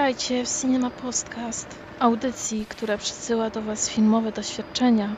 Witajcie w Cinema Podcast, audycji, która przesyła do Was filmowe doświadczenia.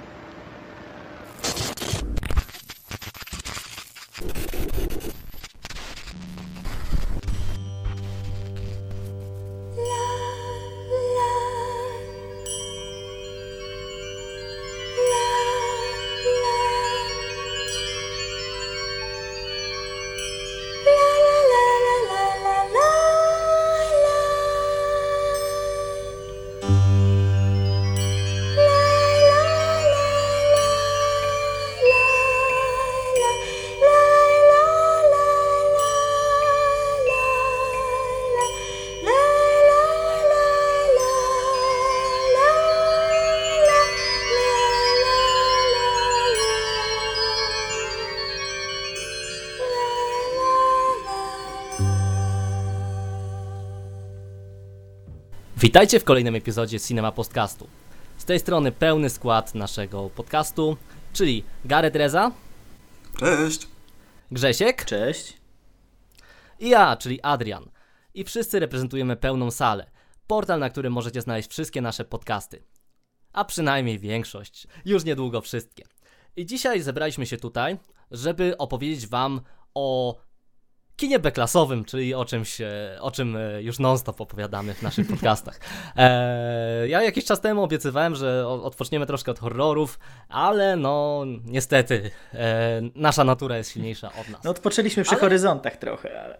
Witajcie w kolejnym epizodzie Cinema Podcastu. Z tej strony pełny skład naszego podcastu, czyli Gareth Reza. Cześć. Grzesiek. Cześć. I ja, czyli Adrian. I wszyscy reprezentujemy Pełną Salę, portal, na którym możecie znaleźć wszystkie nasze podcasty. A przynajmniej większość, już niedługo wszystkie. I dzisiaj zebraliśmy się tutaj, żeby opowiedzieć wam o kinie B-klasowym, czyli o czym już non-stop opowiadamy w naszych podcastach. Ja jakiś czas temu obiecywałem, że odpoczniemy troszkę od horrorów, ale no niestety nasza natura jest silniejsza od nas. No odpoczęliśmy przy horyzontach trochę, ale...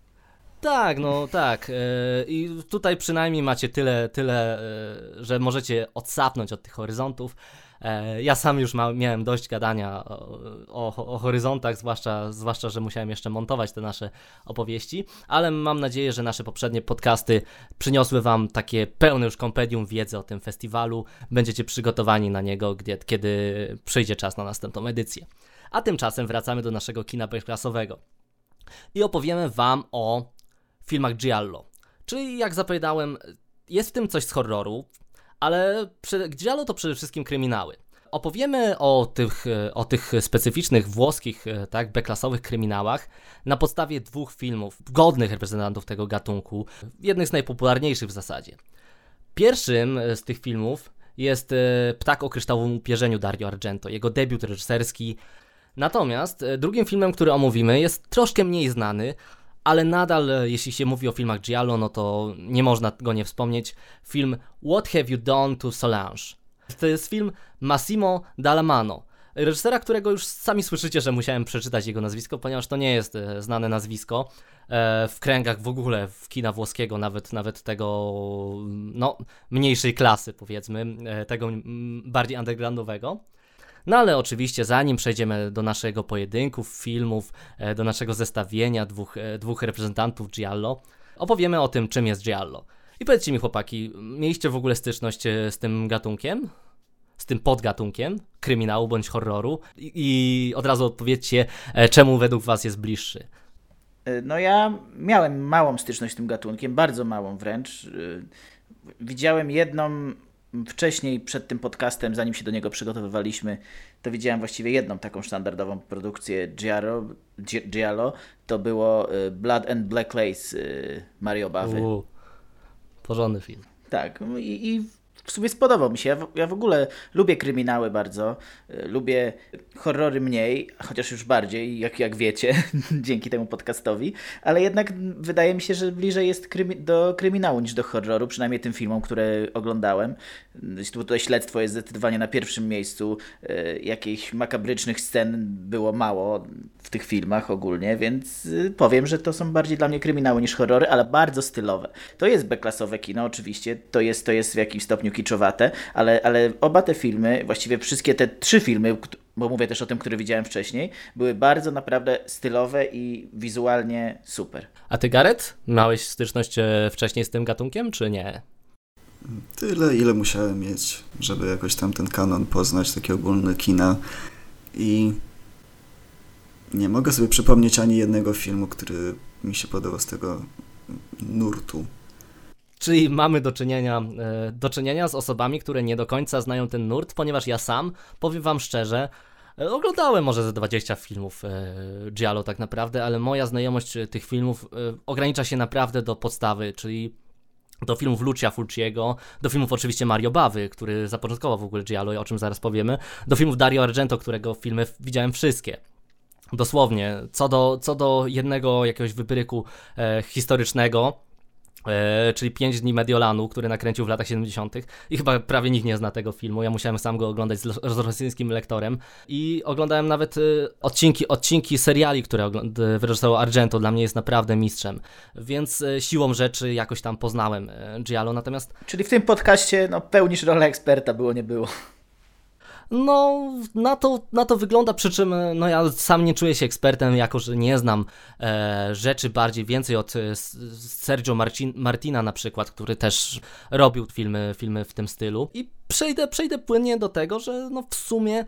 Tak. I tutaj przynajmniej macie tyle, że możecie odsapnąć od tych horyzontów. Ja sam już miałem dość gadania o horyzontach, zwłaszcza, że musiałem jeszcze montować te nasze opowieści, ale mam nadzieję, że nasze poprzednie podcasty przyniosły wam takie pełne już kompendium wiedzy o tym festiwalu. Będziecie przygotowani na niego, kiedy przyjdzie czas na następną edycję. A tymczasem wracamy do naszego kina B-klasowego i opowiemy wam o filmach Giallo. Czyli jak zapowiadałem, jest w tym coś z horroru, ale Giallo to przede wszystkim kryminały. Opowiemy o tych specyficznych włoskich, tak, B-klasowych kryminałach na podstawie dwóch filmów godnych reprezentantów tego gatunku, jednych z najpopularniejszych w zasadzie. Pierwszym z tych filmów jest Ptak o kryształowym upierzeniu Dario Argento, jego debiut reżyserski. Natomiast drugim filmem, który omówimy, jest troszkę mniej znany, ale nadal, jeśli się mówi o filmach Giallo, no to nie można go nie wspomnieć. Film What Have You Done to Solange? To jest film Massimo Dallamano, reżysera, którego już sami słyszycie, że musiałem przeczytać jego nazwisko, ponieważ to nie jest znane nazwisko w kręgach w ogóle w kina włoskiego, nawet tego no, mniejszej klasy, powiedzmy, tego bardziej undergroundowego. No ale oczywiście zanim przejdziemy do naszego pojedynku filmów, do naszego zestawienia dwóch reprezentantów Giallo, opowiemy o tym, czym jest Giallo. I powiedzcie mi, chłopaki, mieliście w ogóle styczność z tym gatunkiem? Z tym podgatunkiem kryminału bądź horroru? I od razu odpowiedzcie, czemu według was jest bliższy. No ja miałem małą styczność z tym gatunkiem, bardzo małą wręcz. Widziałem jedną... Wcześniej, przed tym podcastem, zanim się do niego przygotowywaliśmy, to widziałem właściwie jedną taką standardową produkcję Giallo. To było Blood and Black Lace Mario Bavy. Porządny film. Tak, i w sumie spodobał mi się. Ja w ogóle lubię kryminały bardzo, lubię horrory mniej, chociaż już bardziej, jak wiecie, dzięki temu podcastowi, ale jednak wydaje mi się, że bliżej jest do kryminału niż do horroru, przynajmniej tym filmom, które oglądałem. Tutaj śledztwo jest zdecydowanie na pierwszym miejscu, jakichś makabrycznych scen było mało w tych filmach ogólnie, więc powiem, że to są bardziej dla mnie kryminały niż horrory, ale bardzo stylowe. To jest B-klasowe kino oczywiście, to jest w jakimś stopniu kiczowate, ale oba te filmy, właściwie wszystkie te trzy filmy, bo mówię też o tym, który widziałem wcześniej, były bardzo naprawdę stylowe i wizualnie super. A ty, Gareth, miałeś styczność wcześniej z tym gatunkiem, czy nie? Tyle, ile musiałem mieć, żeby jakoś tam ten kanon poznać, taki ogólny kina. I nie mogę sobie przypomnieć ani jednego filmu, który mi się podobał z tego nurtu. Czyli mamy do czynienia z osobami, które nie do końca znają ten nurt, ponieważ ja sam, powiem wam szczerze, oglądałem może ze 20 filmów Giallo tak naprawdę, ale moja znajomość tych filmów ogranicza się naprawdę do podstawy, czyli do filmów Lucia Fulciego, do filmów oczywiście Mario Bawy, który zapoczątkował w ogóle Giallo, o czym zaraz powiemy, do filmów Dario Argento, którego filmy widziałem wszystkie. Dosłownie, co do jednego jakiegoś wypryku historycznego, czyli 5 dni Mediolanu, który nakręcił w latach 70. i chyba prawie nikt nie zna tego filmu. Ja musiałem sam go oglądać z rosyjskim lektorem i oglądałem nawet odcinki seriali, które wyreżyserował Argento. Dla mnie jest naprawdę mistrzem, więc siłą rzeczy jakoś tam poznałem Giallo, natomiast... Czyli w tym podcaście pełnisz rolę eksperta, było nie było. No, na to wygląda, przy czym ja sam nie czuję się ekspertem, jako że nie znam rzeczy więcej od Sergio Martina na przykład, który też robił filmy w tym stylu. I przejdę płynnie do tego, że w sumie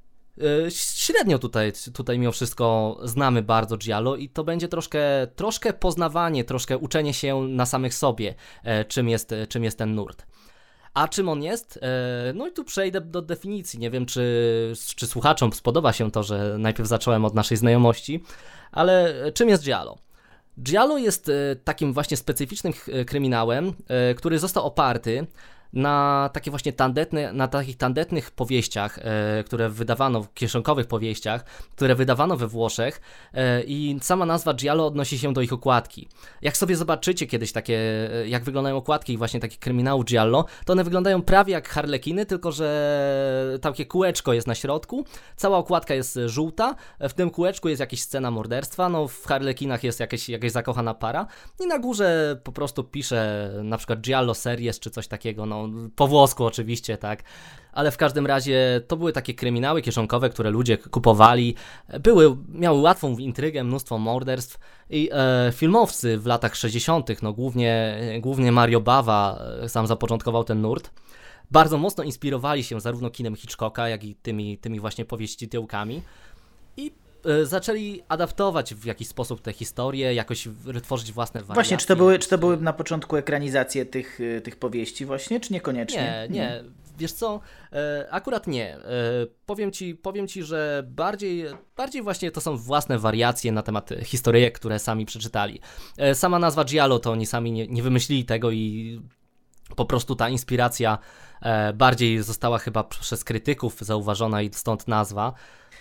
średnio tutaj mimo wszystko znamy bardzo Giallo i to będzie troszkę poznawanie, troszkę uczenie się na samych sobie, czym jest ten nurt. A czym on jest? No i tu przejdę do definicji. Nie wiem, czy słuchaczom spodoba się to, że najpierw zacząłem od naszej znajomości, ale czym jest Giallo? Giallo jest takim właśnie specyficznym kryminałem, który został oparty na takie właśnie takich tandetnych powieściach, które wydawano, kieszonkowych powieściach, które wydawano we Włoszech i sama nazwa Giallo odnosi się do ich okładki. Jak sobie zobaczycie kiedyś jak wyglądają okładki właśnie takich kryminałów Giallo, to one wyglądają prawie jak harlekiny, tylko że takie kółeczko jest na środku, cała okładka jest żółta, w tym kółeczku jest jakaś scena morderstwa, w harlekinach jest jakaś zakochana para i na górze po prostu pisze na przykład Giallo Series czy coś takiego, po włosku oczywiście, tak, ale w każdym razie to były takie kryminały kieszonkowe, które ludzie kupowali, miały łatwą intrygę, mnóstwo morderstw i filmowcy w latach 60., głównie Mario Bava sam zapoczątkował ten nurt, bardzo mocno inspirowali się zarówno kinem Hitchcocka, jak i tymi właśnie powieścityłkami i zaczęli adaptować w jakiś sposób te historie, jakoś tworzyć własne wariacje. Właśnie, czy to były na początku ekranizacje tych powieści właśnie, czy niekoniecznie? Nie. Wiesz co, akurat nie. Powiem ci, że bardziej właśnie to są własne wariacje na temat historyjek, które sami przeczytali. Sama nazwa Giallo to oni sami nie wymyślili tego i po prostu ta inspiracja bardziej została chyba przez krytyków zauważona i stąd nazwa.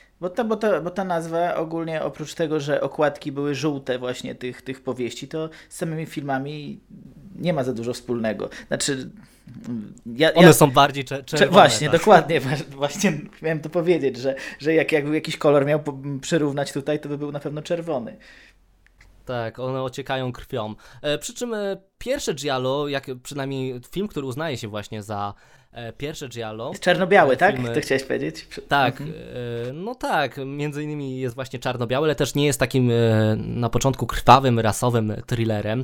Bo ta nazwa ogólnie, oprócz tego, że okładki były żółte właśnie tych powieści, to z samymi filmami nie ma za dużo wspólnego. Znaczy... One są bardziej czerwone. Właśnie, tak. Dokładnie. Właśnie miałem to powiedzieć, że jakby jakiś kolor miał przyrównać tutaj, to by był na pewno czerwony. Tak, one ociekają krwią. Przy czym pierwsze Giallo, przynajmniej film, który uznaje się właśnie za pierwsze Giallo... Jest czarno-biały, tak? To chciałeś powiedzieć? Tak, tak, między innymi jest właśnie czarno-biały, ale też nie jest takim na początku krwawym, rasowym thrillerem,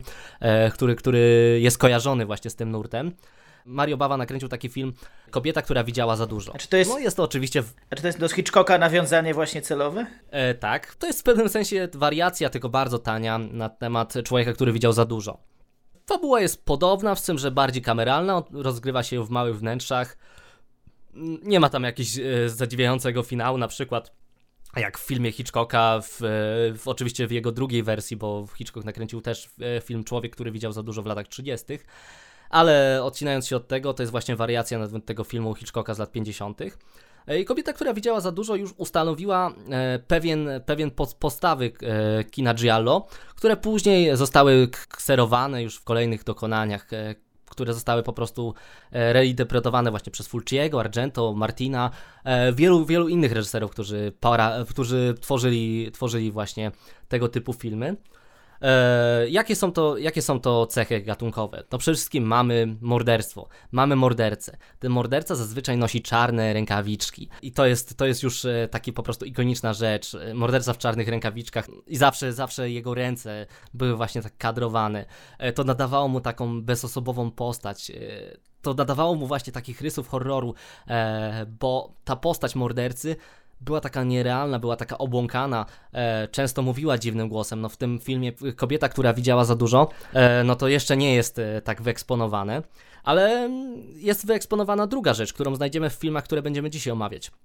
który jest kojarzony właśnie z tym nurtem. Mario Bava nakręcił taki film Kobieta, która widziała za dużo. Jest to oczywiście... A czy to jest do Hitchcocka nawiązanie właśnie celowe? Tak, to jest w pewnym sensie wariacja, tylko bardzo tania na temat człowieka, który widział za dużo. Fabuła jest podobna, z tym, że bardziej kameralna, rozgrywa się w małych wnętrzach. Nie ma tam jakiegoś zadziwiającego finału, na przykład jak w filmie Hitchcocka, oczywiście w jego drugiej wersji, bo Hitchcock nakręcił też film Człowiek, który widział za dużo w latach 30., ale odcinając się od tego, to jest właśnie wariacja tego filmu Hitchcocka z lat 50. I Kobieta, która widziała za dużo, już ustanowiła pewien postawy kina Giallo, które później zostały kserowane już w kolejnych dokonaniach, które zostały po prostu reinterpretowane właśnie przez Fulciego, Argento, Martina, wielu innych reżyserów, którzy tworzyli właśnie tego typu filmy. Jakie są to cechy gatunkowe? No przede wszystkim mamy morderstwo, mamy mordercę. Ten morderca zazwyczaj nosi czarne rękawiczki i to jest już taki po prostu ikoniczna rzecz. Morderca w czarnych rękawiczkach i zawsze jego ręce były właśnie tak kadrowane. To nadawało mu taką bezosobową postać. To nadawało mu właśnie takich rysów horroru, bo ta postać mordercy była taka nierealna, była taka obłąkana, często mówiła dziwnym głosem. No w tym filmie Kobieta, która widziała za dużo, no to jeszcze nie jest tak wyeksponowane, ale jest wyeksponowana druga rzecz, którą znajdziemy w filmach, które będziemy dzisiaj omawiać.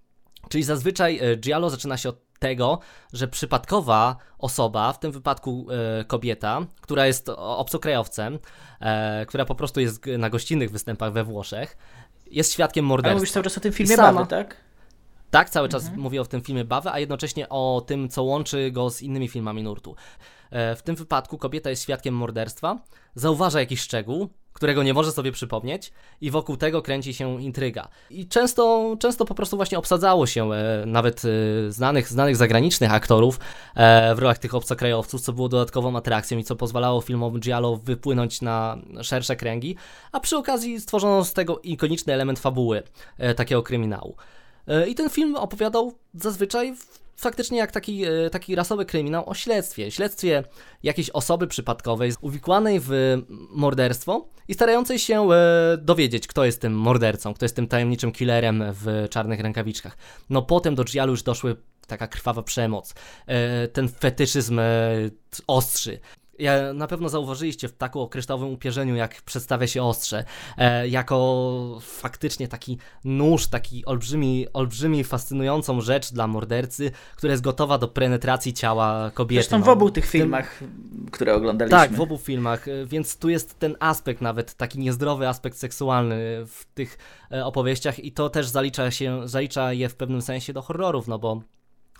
Czyli zazwyczaj giallo zaczyna się od tego, że przypadkowa osoba, w tym wypadku kobieta, która jest obcokrajowcem, która po prostu jest na gościnnych występach we Włoszech, jest świadkiem Ale morderstwa. mówisz cały czas o tym filmie sama- Bawy, tak? Tak, cały czas mówię o tym filmie Bawę, a jednocześnie o tym, co łączy go z innymi filmami nurtu. W tym wypadku kobieta jest świadkiem morderstwa, zauważa jakiś szczegół, którego nie może sobie przypomnieć i wokół tego kręci się intryga. I często po prostu właśnie obsadzało się nawet znanych zagranicznych aktorów w rolach tych obcokrajowców, co było dodatkową atrakcją i co pozwalało filmom giallo wypłynąć na szersze kręgi, a przy okazji stworzono z tego ikoniczny element fabuły takiego kryminału. I ten film opowiadał zazwyczaj faktycznie jak taki rasowy kryminał o śledztwie jakiejś osoby przypadkowej uwikłanej w morderstwo i starającej się dowiedzieć, kto jest tym mordercą, kto jest tym tajemniczym killerem w czarnych rękawiczkach. No potem do giallo już doszły taka krwawa przemoc, ten fetyszyzm ostrzy. Na pewno zauważyliście w takim kryształowym upierzeniu, jak przedstawia się ostrze, jako faktycznie taki nóż, taki olbrzymi, fascynującą rzecz dla mordercy, która jest gotowa do penetracji ciała kobiety. Zresztą w obu tych filmach, które oglądaliśmy. Tak, w obu filmach, więc tu jest ten aspekt nawet, taki niezdrowy aspekt seksualny w tych opowieściach i to też zalicza je w pewnym sensie do horrorów, no bo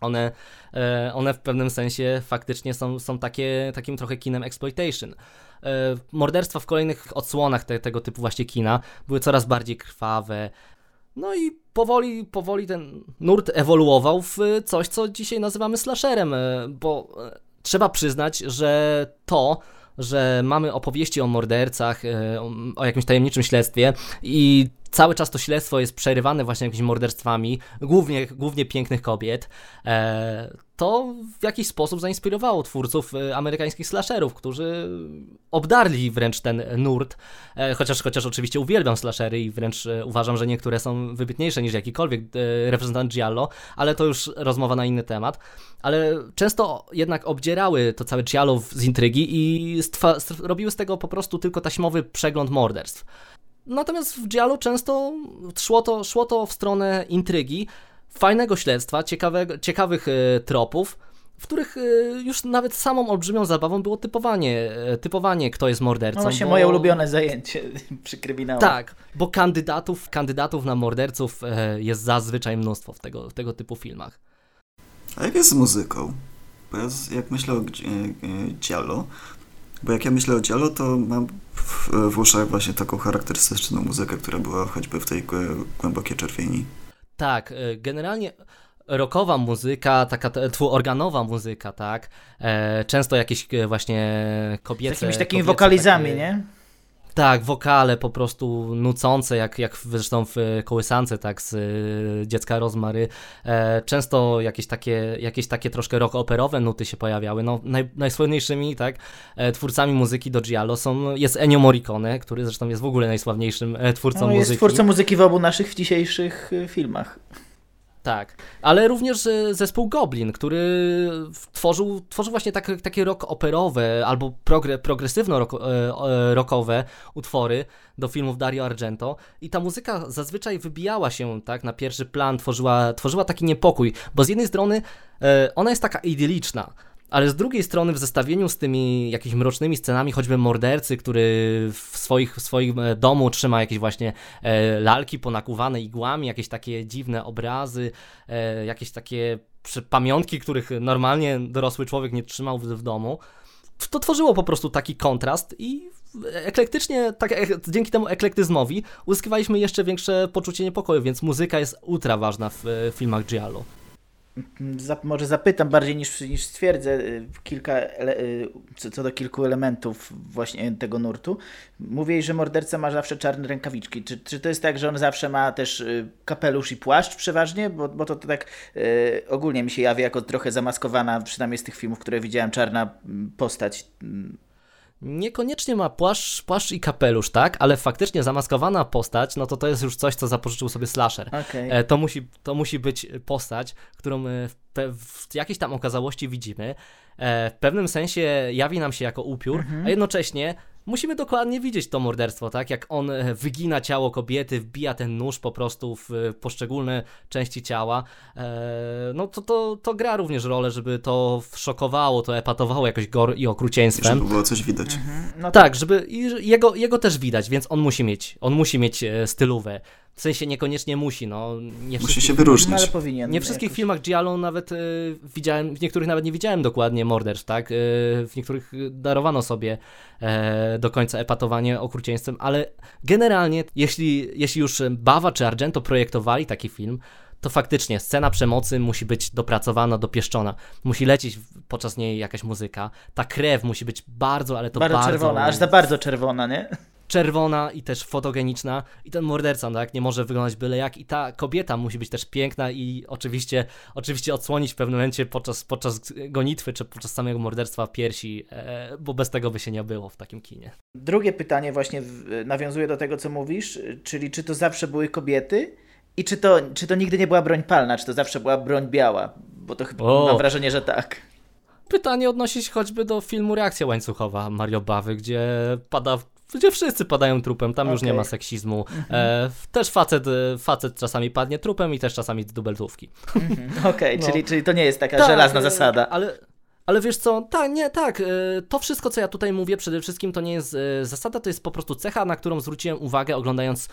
one w pewnym sensie faktycznie są takim trochę kinem exploitation. Morderstwa w kolejnych odsłonach tego typu właśnie kina były coraz bardziej krwawe. No i powoli ten nurt ewoluował w coś, co dzisiaj nazywamy slasherem, bo trzeba przyznać, że że mamy opowieści o mordercach, o jakimś tajemniczym śledztwie i cały czas to śledztwo jest przerywane właśnie jakimiś morderstwami, głównie pięknych kobiet, to w jakiś sposób zainspirowało twórców amerykańskich slasherów, którzy obdarli wręcz ten nurt, chociaż oczywiście uwielbiam slashery i wręcz uważam, że niektóre są wybitniejsze niż jakikolwiek reprezentant giallo, ale to już rozmowa na inny temat, ale często jednak obdzierały to całe giallo z intrygi i robiły z tego po prostu tylko taśmowy przegląd morderstw. Natomiast w giallo często szło to w stronę intrygi, fajnego śledztwa, ciekawych tropów, w których już nawet samą olbrzymią zabawą było typowanie kto jest mordercą. No właśnie moje ulubione zajęcie przy kryminałach. Tak, bo kandydatów na morderców jest zazwyczaj mnóstwo w tego typu filmach. A jak jest z muzyką? Bo jak myślę o giallo, jak myślę o giallo, to mam w uszach właśnie taką charakterystyczną muzykę, która była choćby w tej Głębokiej Czerwieni. Tak, generalnie rockowa muzyka, taka organowa muzyka, tak, często jakieś właśnie kobiece... Z jakimiś takimi wokalizami, takie, nie? Tak, wokale po prostu nucące, jak zresztą w Kołysance, tak, z Dziecka Rozmary. Często jakieś takie troszkę rock operowe nuty się pojawiały. No, najsławniejszymi, tak, twórcami muzyki do giallo jest Ennio Morricone, który zresztą jest w ogóle najsławniejszym twórcą muzyki. Jest twórcą muzyki w obu naszych dzisiejszych filmach. Tak, ale również zespół Goblin, który tworzył właśnie takie rock operowe albo progresywno-rockowe utwory do filmów Dario Argento i ta muzyka zazwyczaj wybijała się tak na pierwszy plan, tworzyła taki niepokój, bo z jednej strony ona jest taka idyliczna, ale z drugiej strony w zestawieniu z tymi jakimiś mrocznymi scenami, choćby mordercy, który w swoim domu trzyma jakieś właśnie lalki ponakuwane igłami, jakieś takie dziwne obrazy, jakieś takie pamiątki, których normalnie dorosły człowiek nie trzymał w domu, to tworzyło po prostu taki kontrast i eklektycznie, dzięki temu eklektyzmowi uzyskiwaliśmy jeszcze większe poczucie niepokoju, więc muzyka jest ultra ważna w filmach giallo. Może zapytam bardziej niż stwierdzę co do kilku elementów właśnie tego nurtu. Mówię, że morderca ma zawsze czarne rękawiczki. Czy to jest tak, że on zawsze ma też kapelusz i płaszcz przeważnie? Bo to tak ogólnie mi się jawi jako trochę zamaskowana, przynajmniej z tych filmów, które widziałem, czarna postać. Niekoniecznie ma płaszcz i kapelusz, tak? Ale faktycznie zamaskowana postać, no to jest już coś, co zapożyczył sobie slasher. Okay. To musi być postać, którą w jakiejś tam okazałości widzimy. W pewnym sensie jawi nam się jako upiór, a jednocześnie musimy dokładnie widzieć to morderstwo, tak? Jak on wygina ciało kobiety, wbija ten nóż po prostu w poszczególne części ciała. No to gra również rolę, żeby to szokowało, to epatowało jakoś gore i okrucieństwem. Żeby było coś widać. No Tak, żeby jego też widać, więc on musi mieć stylówę. W sensie niekoniecznie musi, no. Nie Musi się no, wyróżnić. ale powinien. Nie w wszystkich jakoś. filmach Giallo nawet widziałem, w niektórych nawet nie widziałem dokładnie morderstw, tak? W niektórych darowano sobie do końca epatowanie okrucieństwem, ale generalnie, jeśli już Bava czy Argento projektowali taki film, to faktycznie scena przemocy musi być dopracowana, dopieszczona. Musi lecieć podczas niej jakaś muzyka. Ta krew musi być bardzo, ale to bardzo... czerwona, aż za bardzo czerwona, nie? Czerwona i też fotogeniczna i ten morderca, tak, nie może wyglądać byle jak i ta kobieta musi być też piękna i oczywiście odsłonić w pewnym momencie podczas gonitwy czy podczas samego morderstwa piersi, bo bez tego by się nie było w takim kinie. Drugie pytanie właśnie nawiązuje do tego, co mówisz, czyli czy to zawsze były kobiety i czy to nigdy nie była broń palna, czy to zawsze była broń biała, bo to chyba mam wrażenie, że tak. Pytanie odnosi się choćby do filmu Reakcja łańcuchowa Mario Bawy, gdzie wszyscy padają trupem, tam już nie ma seksizmu. Też facet czasami padnie trupem i też czasami z dubeltówki. Okej, czyli to nie jest taka żelazna zasada. Ale wiesz co, tak, to wszystko, co ja tutaj mówię, przede wszystkim to nie jest zasada, to jest po prostu cecha, na którą zwróciłem uwagę, oglądając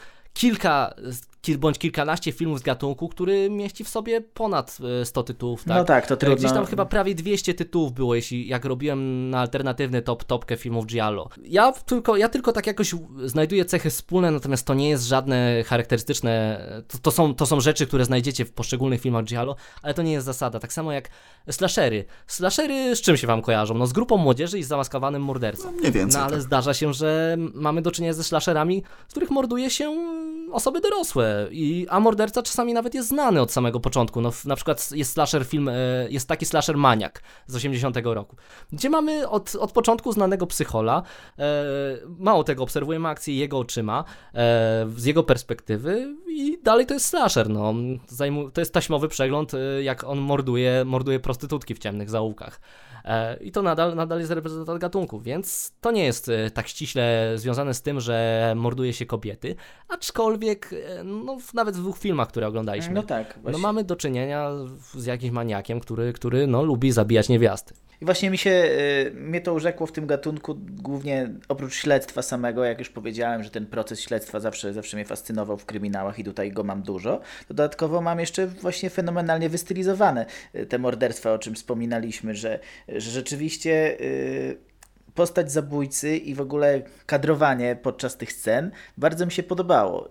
bądź kilkanaście filmów z gatunku, który mieści w sobie ponad 100 tytułów. Tak? No tak, to trudno. Gdzieś tam chyba prawie 200 tytułów było, jak robiłem na alternatywny topkę filmów Giallo. Ja tylko tak jakoś znajduję cechy wspólne, natomiast to nie jest żadne charakterystyczne, to są rzeczy, które znajdziecie w poszczególnych filmach Giallo, ale to nie jest zasada. Tak samo jak slashery. Slashery z czym się wam kojarzą? No z grupą młodzieży i z zamaskowanym mordercą. No, mniej więcej. No ale tak. zdarza się, że mamy do czynienia ze slasherami, z których morduje się osoby dorosłe, a morderca czasami nawet jest znany od samego początku. No, na przykład jest taki slasher Maniak z 80 roku, gdzie mamy od początku znanego psychola, mało tego, obserwujemy akcję jego oczyma, z jego perspektywy i dalej to jest slasher, no. To jest taśmowy przegląd, jak on morduje prostytutki w ciemnych zaułkach. I to nadal jest reprezentant gatunku, więc to nie jest tak ściśle związane z tym, że morduje się kobiety, aczkolwiek no, nawet w 2 filmach, które oglądaliśmy, No tak, właśnie. no, mamy do czynienia z jakimś maniakiem, który no, lubi zabijać niewiasty. I właśnie mnie to urzekło w tym gatunku, głównie oprócz śledztwa samego, jak już powiedziałem, że ten proces śledztwa zawsze mnie fascynował w kryminałach i tutaj go mam dużo. Dodatkowo mam jeszcze właśnie fenomenalnie wystylizowane te morderstwa, o czym wspominaliśmy, że rzeczywiście postać zabójcy i w ogóle kadrowanie podczas tych scen bardzo mi się podobało.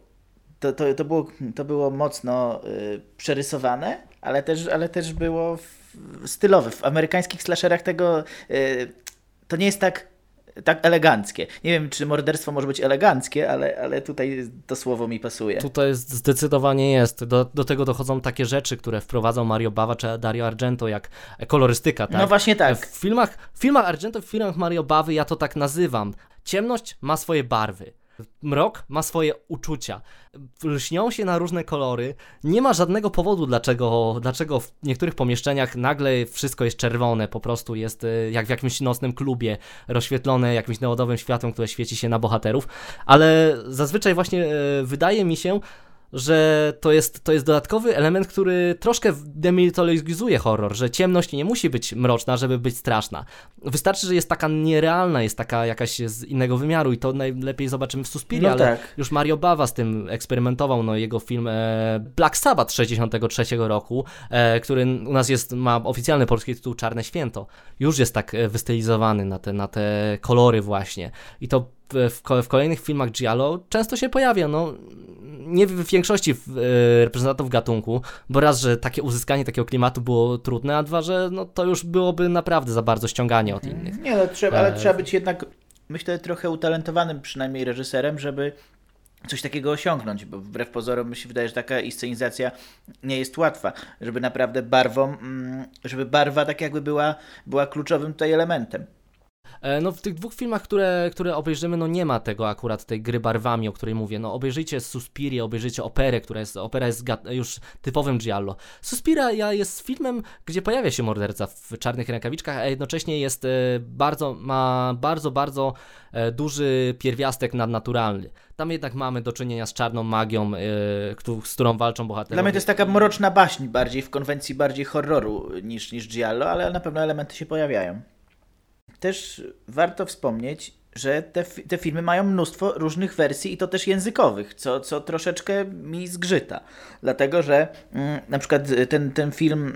To było mocno przerysowane, ale też było stylowe. W amerykańskich slasherach to nie jest tak eleganckie. Nie wiem, czy morderstwo może być eleganckie, ale tutaj to słowo mi pasuje. Tutaj zdecydowanie jest. Do tego dochodzą takie rzeczy, które wprowadzał Mario Bava czy Dario Argento, jak kolorystyka. Tak? No właśnie tak. W filmach Argento, w filmach Mario Bavy ja to tak nazywam. Ciemność ma swoje barwy. Mrok ma swoje uczucia. Lśnią się na różne kolory. Nie ma żadnego powodu, dlaczego w niektórych pomieszczeniach nagle wszystko jest czerwone. Po prostu jest jak w jakimś nocnym klubie, rozświetlone jakimś neonowym światłem, które świeci się na bohaterów. Ale zazwyczaj właśnie wydaje mi się, że to jest dodatkowy element, który troszkę demilitaryzuje horror, że ciemność nie musi być mroczna, żeby być straszna. Wystarczy, że jest taka nierealna, jest taka jakaś z innego wymiaru i to najlepiej zobaczymy w Suspirii, ale tak. Już Mario Bava z tym eksperymentował, no jego film Black Sabbath 63 roku, który u nas ma oficjalny polski tytuł Czarne Święto. Już jest tak wystylizowany na te kolory właśnie i to w kolejnych filmach Giallo często się pojawia, no nie w większości reprezentantów gatunku, bo raz, że takie uzyskanie takiego klimatu było trudne, a dwa, że no to już byłoby naprawdę za bardzo ściąganie od innych. Nie, no, trzeba być jednak, myślę, trochę utalentowanym przynajmniej reżyserem, żeby coś takiego osiągnąć, bo wbrew pozorom mi się wydaje, że taka inscenizacja nie jest łatwa, żeby naprawdę żeby barwa tak jakby była kluczowym tutaj elementem. No w tych dwóch filmach, które obejrzymy, no nie ma tego akurat tej gry barwami, o której mówię. No obejrzyjcie Suspirię, obejrzyjcie Operę, opera jest już typowym giallo. Suspiria jest filmem, gdzie pojawia się morderca w czarnych rękawiczkach, a jednocześnie jest ma bardzo duży pierwiastek nadnaturalny. Tam jednak mamy do czynienia z czarną magią, z którą walczą bohaterowie. Dla mnie to jest taka mroczna baśń bardziej, w konwencji bardziej horroru niż giallo, ale na pewno elementy się pojawiają. Też warto wspomnieć, że te filmy mają mnóstwo różnych wersji i to też językowych, co troszeczkę mi zgrzyta. Dlatego, że na przykład ten film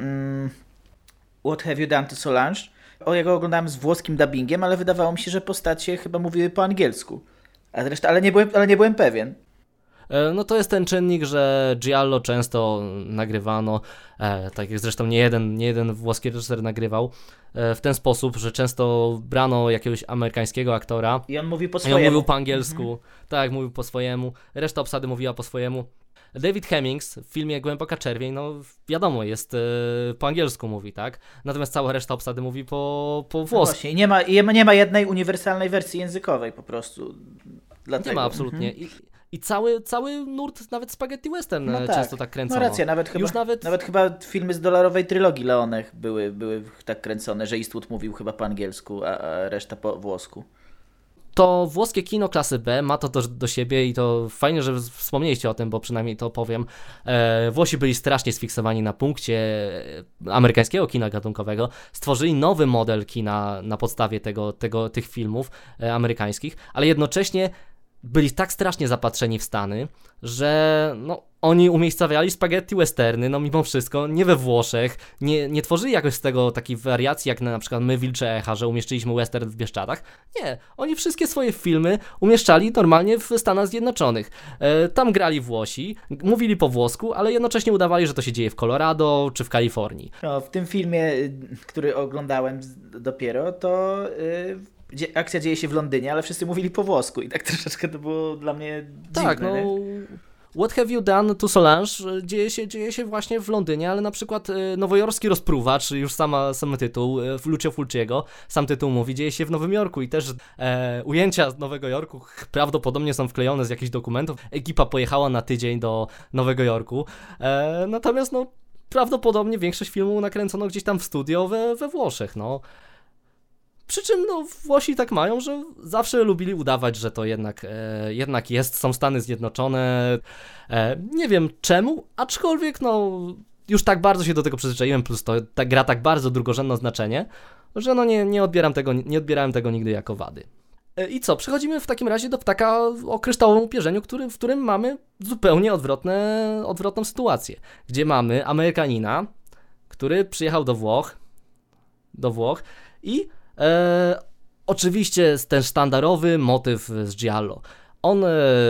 What Have You Done to Solange, ja go oglądałem z włoskim dubbingiem, ale wydawało mi się, że postacie chyba mówiły po angielsku. A zresztą, ale nie byłem pewien. No to jest ten czynnik, że giallo często nagrywano, tak jak zresztą nie jeden włoski reżyser nagrywał, w ten sposób, że często brano jakiegoś amerykańskiego aktora i on mówił po i swojemu. on mówił po angielsku, tak, mówił po swojemu, reszta obsady mówiła po swojemu. David Hemmings w filmie Głęboka Czerwień, no wiadomo, jest po angielsku mówi, tak? Natomiast cała reszta obsady mówi po włosku. No właśnie, nie ma jednej uniwersalnej wersji językowej po prostu. Dlatego. Nie ma absolutnie. I cały nurt, nawet spaghetti western często tak kręcono. No racja, nawet chyba filmy z dolarowej trylogii Leone były tak kręcone, że Eastwood mówił chyba po angielsku, a reszta po włosku. To włoskie kino klasy B ma to do siebie i to fajnie, że wspomnieliście o tym, bo przynajmniej to powiem. Włosi byli strasznie sfiksowani na punkcie amerykańskiego kina gatunkowego. Stworzyli nowy model kina na podstawie tych filmów amerykańskich, ale jednocześnie byli tak strasznie zapatrzeni w Stany, że no, oni umiejscawiali spaghetti westerny, no mimo wszystko, nie we Włoszech, nie tworzyli jakoś z tego takiej wariacji, jak na przykład my Wilcze Echa, że umieszczyliśmy western w Bieszczadach. Nie, oni wszystkie swoje filmy umieszczali normalnie w Stanach Zjednoczonych. Tam grali Włosi, mówili po włosku, ale jednocześnie udawali, że to się dzieje w Colorado czy w Kalifornii. No, w tym filmie, który oglądałem dopiero, to akcja dzieje się w Londynie, ale wszyscy mówili po włosku i tak troszeczkę to było dla mnie dziwne. Tak, no... What Have You Done to Solange dzieje się właśnie w Londynie, ale na przykład nowojorski rozpruwacz, już sam tytuł, Lucio Fulciego, sam tytuł mówi, dzieje się w Nowym Jorku i też ujęcia z Nowego Jorku prawdopodobnie są wklejone z jakichś dokumentów. Ekipa pojechała na tydzień do Nowego Jorku, natomiast no prawdopodobnie większość filmu nakręcono gdzieś tam w studio we Włoszech, no. Przy czym no, Włosi tak mają, że zawsze lubili udawać, że to jednak są Stany Zjednoczone. Nie wiem czemu, aczkolwiek no, już tak bardzo się do tego przyzwyczaiłem, plus to gra tak bardzo drugorzędne znaczenie, że no nie odbierałem tego nigdy jako wady. I co? Przechodzimy w takim razie do Ptaka o kryształowym upierzeniu, w którym mamy zupełnie odwrotną sytuację, gdzie mamy Amerykanina, który przyjechał do Włoch i oczywiście ten sztandarowy motyw z giallo. On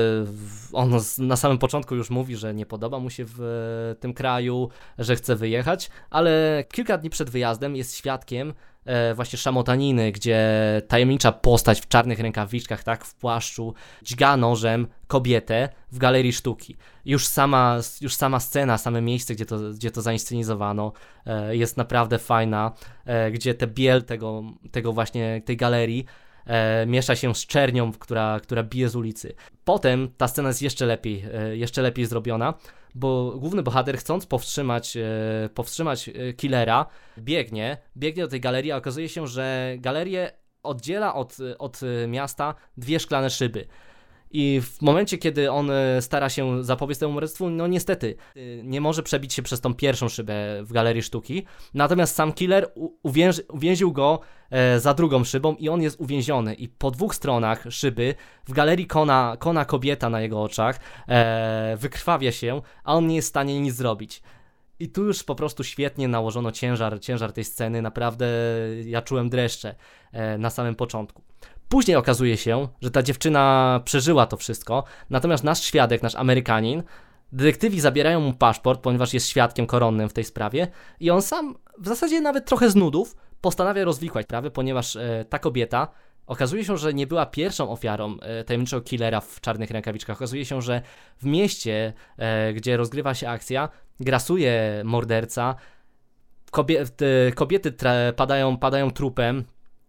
na samym początku już mówi, że nie podoba mu się w tym kraju, że chce wyjechać, ale kilka dni przed wyjazdem jest świadkiem właśnie szamotaniny, gdzie tajemnicza postać w czarnych rękawiczkach, tak, w płaszczu, dźga nożem kobietę w galerii sztuki. Już sama scena, same miejsce, gdzie to zainscenizowano, jest naprawdę fajna, gdzie te biel tego właśnie, tej galerii miesza się z czernią, która bije z ulicy. Potem ta scena jest jeszcze lepiej zrobiona, bo główny bohater, chcąc powstrzymać killera, biegnie do tej galerii, a okazuje się, że galerię oddziela od miasta 2 szklane szyby. I w momencie, kiedy on stara się zapobiec temu morderstwu, no niestety nie może przebić się przez tą pierwszą szybę w galerii sztuki, natomiast sam killer uwięził go za drugą szybą i on jest uwięziony i po 2 stronach szyby w galerii kona kobieta na jego oczach, wykrwawia się, a on nie jest w stanie nic zrobić. I tu już po prostu świetnie nałożono ciężar tej sceny, naprawdę ja czułem dreszcze na samym początku. Później okazuje się, że ta dziewczyna przeżyła to wszystko, natomiast nasz świadek, nasz Amerykanin, detektywi zabierają mu paszport, ponieważ jest świadkiem koronnym w tej sprawie i on sam, w zasadzie nawet trochę z nudów, postanawia rozwikłać sprawę, ponieważ ta kobieta okazuje się, że nie była pierwszą ofiarą tajemniczego killera w czarnych rękawiczkach. Okazuje się, że w mieście, gdzie rozgrywa się akcja, grasuje morderca, kobiety padają trupem,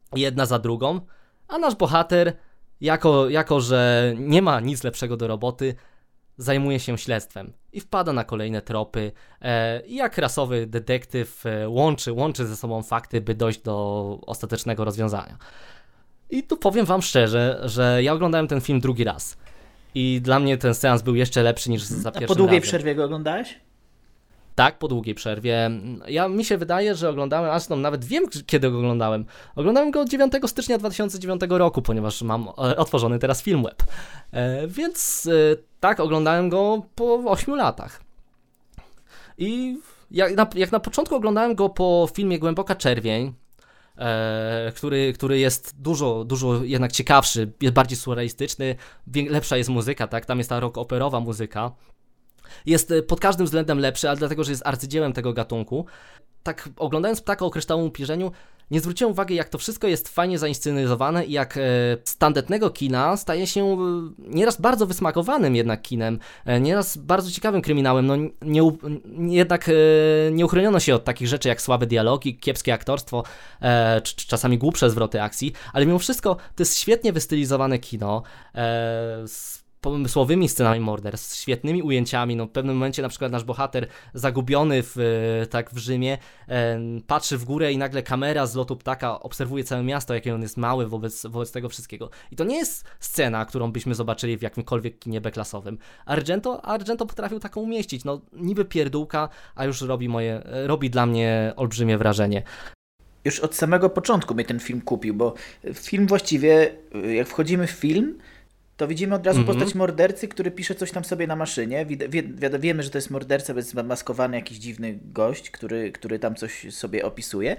jedna za drugą, a nasz bohater, jako że nie ma nic lepszego do roboty, zajmuje się śledztwem i wpada na kolejne tropy i jak rasowy detektyw łączy ze sobą fakty, by dojść do ostatecznego rozwiązania. I tu powiem wam szczerze, że ja oglądałem ten film drugi raz i dla mnie ten seans był jeszcze lepszy niż za pierwszym Po długiej razem. przerwie go oglądałeś? Tak, po długiej przerwie. Mi się wydaje, że oglądałem, zresztą nawet wiem, kiedy go oglądałem. Oglądałem go 9 stycznia 2009 roku, ponieważ mam otworzony teraz Filmweb. Więc tak, oglądałem go po 8 latach. I jak na początku oglądałem go po filmie Głęboka Czerwień, który jest dużo jednak ciekawszy, jest bardziej surrealistyczny, lepsza jest muzyka, tak? Tam jest ta rock operowa muzyka. Jest pod każdym względem lepszy, ale dlatego, że jest arcydziełem tego gatunku. Tak oglądając Ptaka o kryształowym pierzeniu, nie zwróciłem uwagi, jak to wszystko jest fajnie zainscenizowane i jak z tandetnego kina staje się nieraz bardzo wysmakowanym jednak kinem, nieraz bardzo ciekawym kryminałem. No, jednak nie uchroniono się od takich rzeczy jak słabe dialogi, kiepskie aktorstwo, czy czasami głupsze zwroty akcji, ale mimo wszystko to jest świetnie wystylizowane kino, z pomysłowymi scenami morderstw, z świetnymi ujęciami. No, w pewnym momencie na przykład nasz bohater zagubiony w Rzymie patrzy w górę i nagle kamera z lotu ptaka obserwuje całe miasto, jakie on jest mały wobec tego wszystkiego. I to nie jest scena, którą byśmy zobaczyli w jakimkolwiek kinie B-klasowym. Argento potrafił taką umieścić. No, niby pierdółka, a już robi dla mnie olbrzymie wrażenie. Już od samego początku mnie ten film kupił, bo film właściwie, jak wchodzimy w film, to widzimy od razu postać mordercy, który pisze coś tam sobie na maszynie. Wiemy, że to jest morderca, bez maskowany jakiś dziwny gość, który tam coś sobie opisuje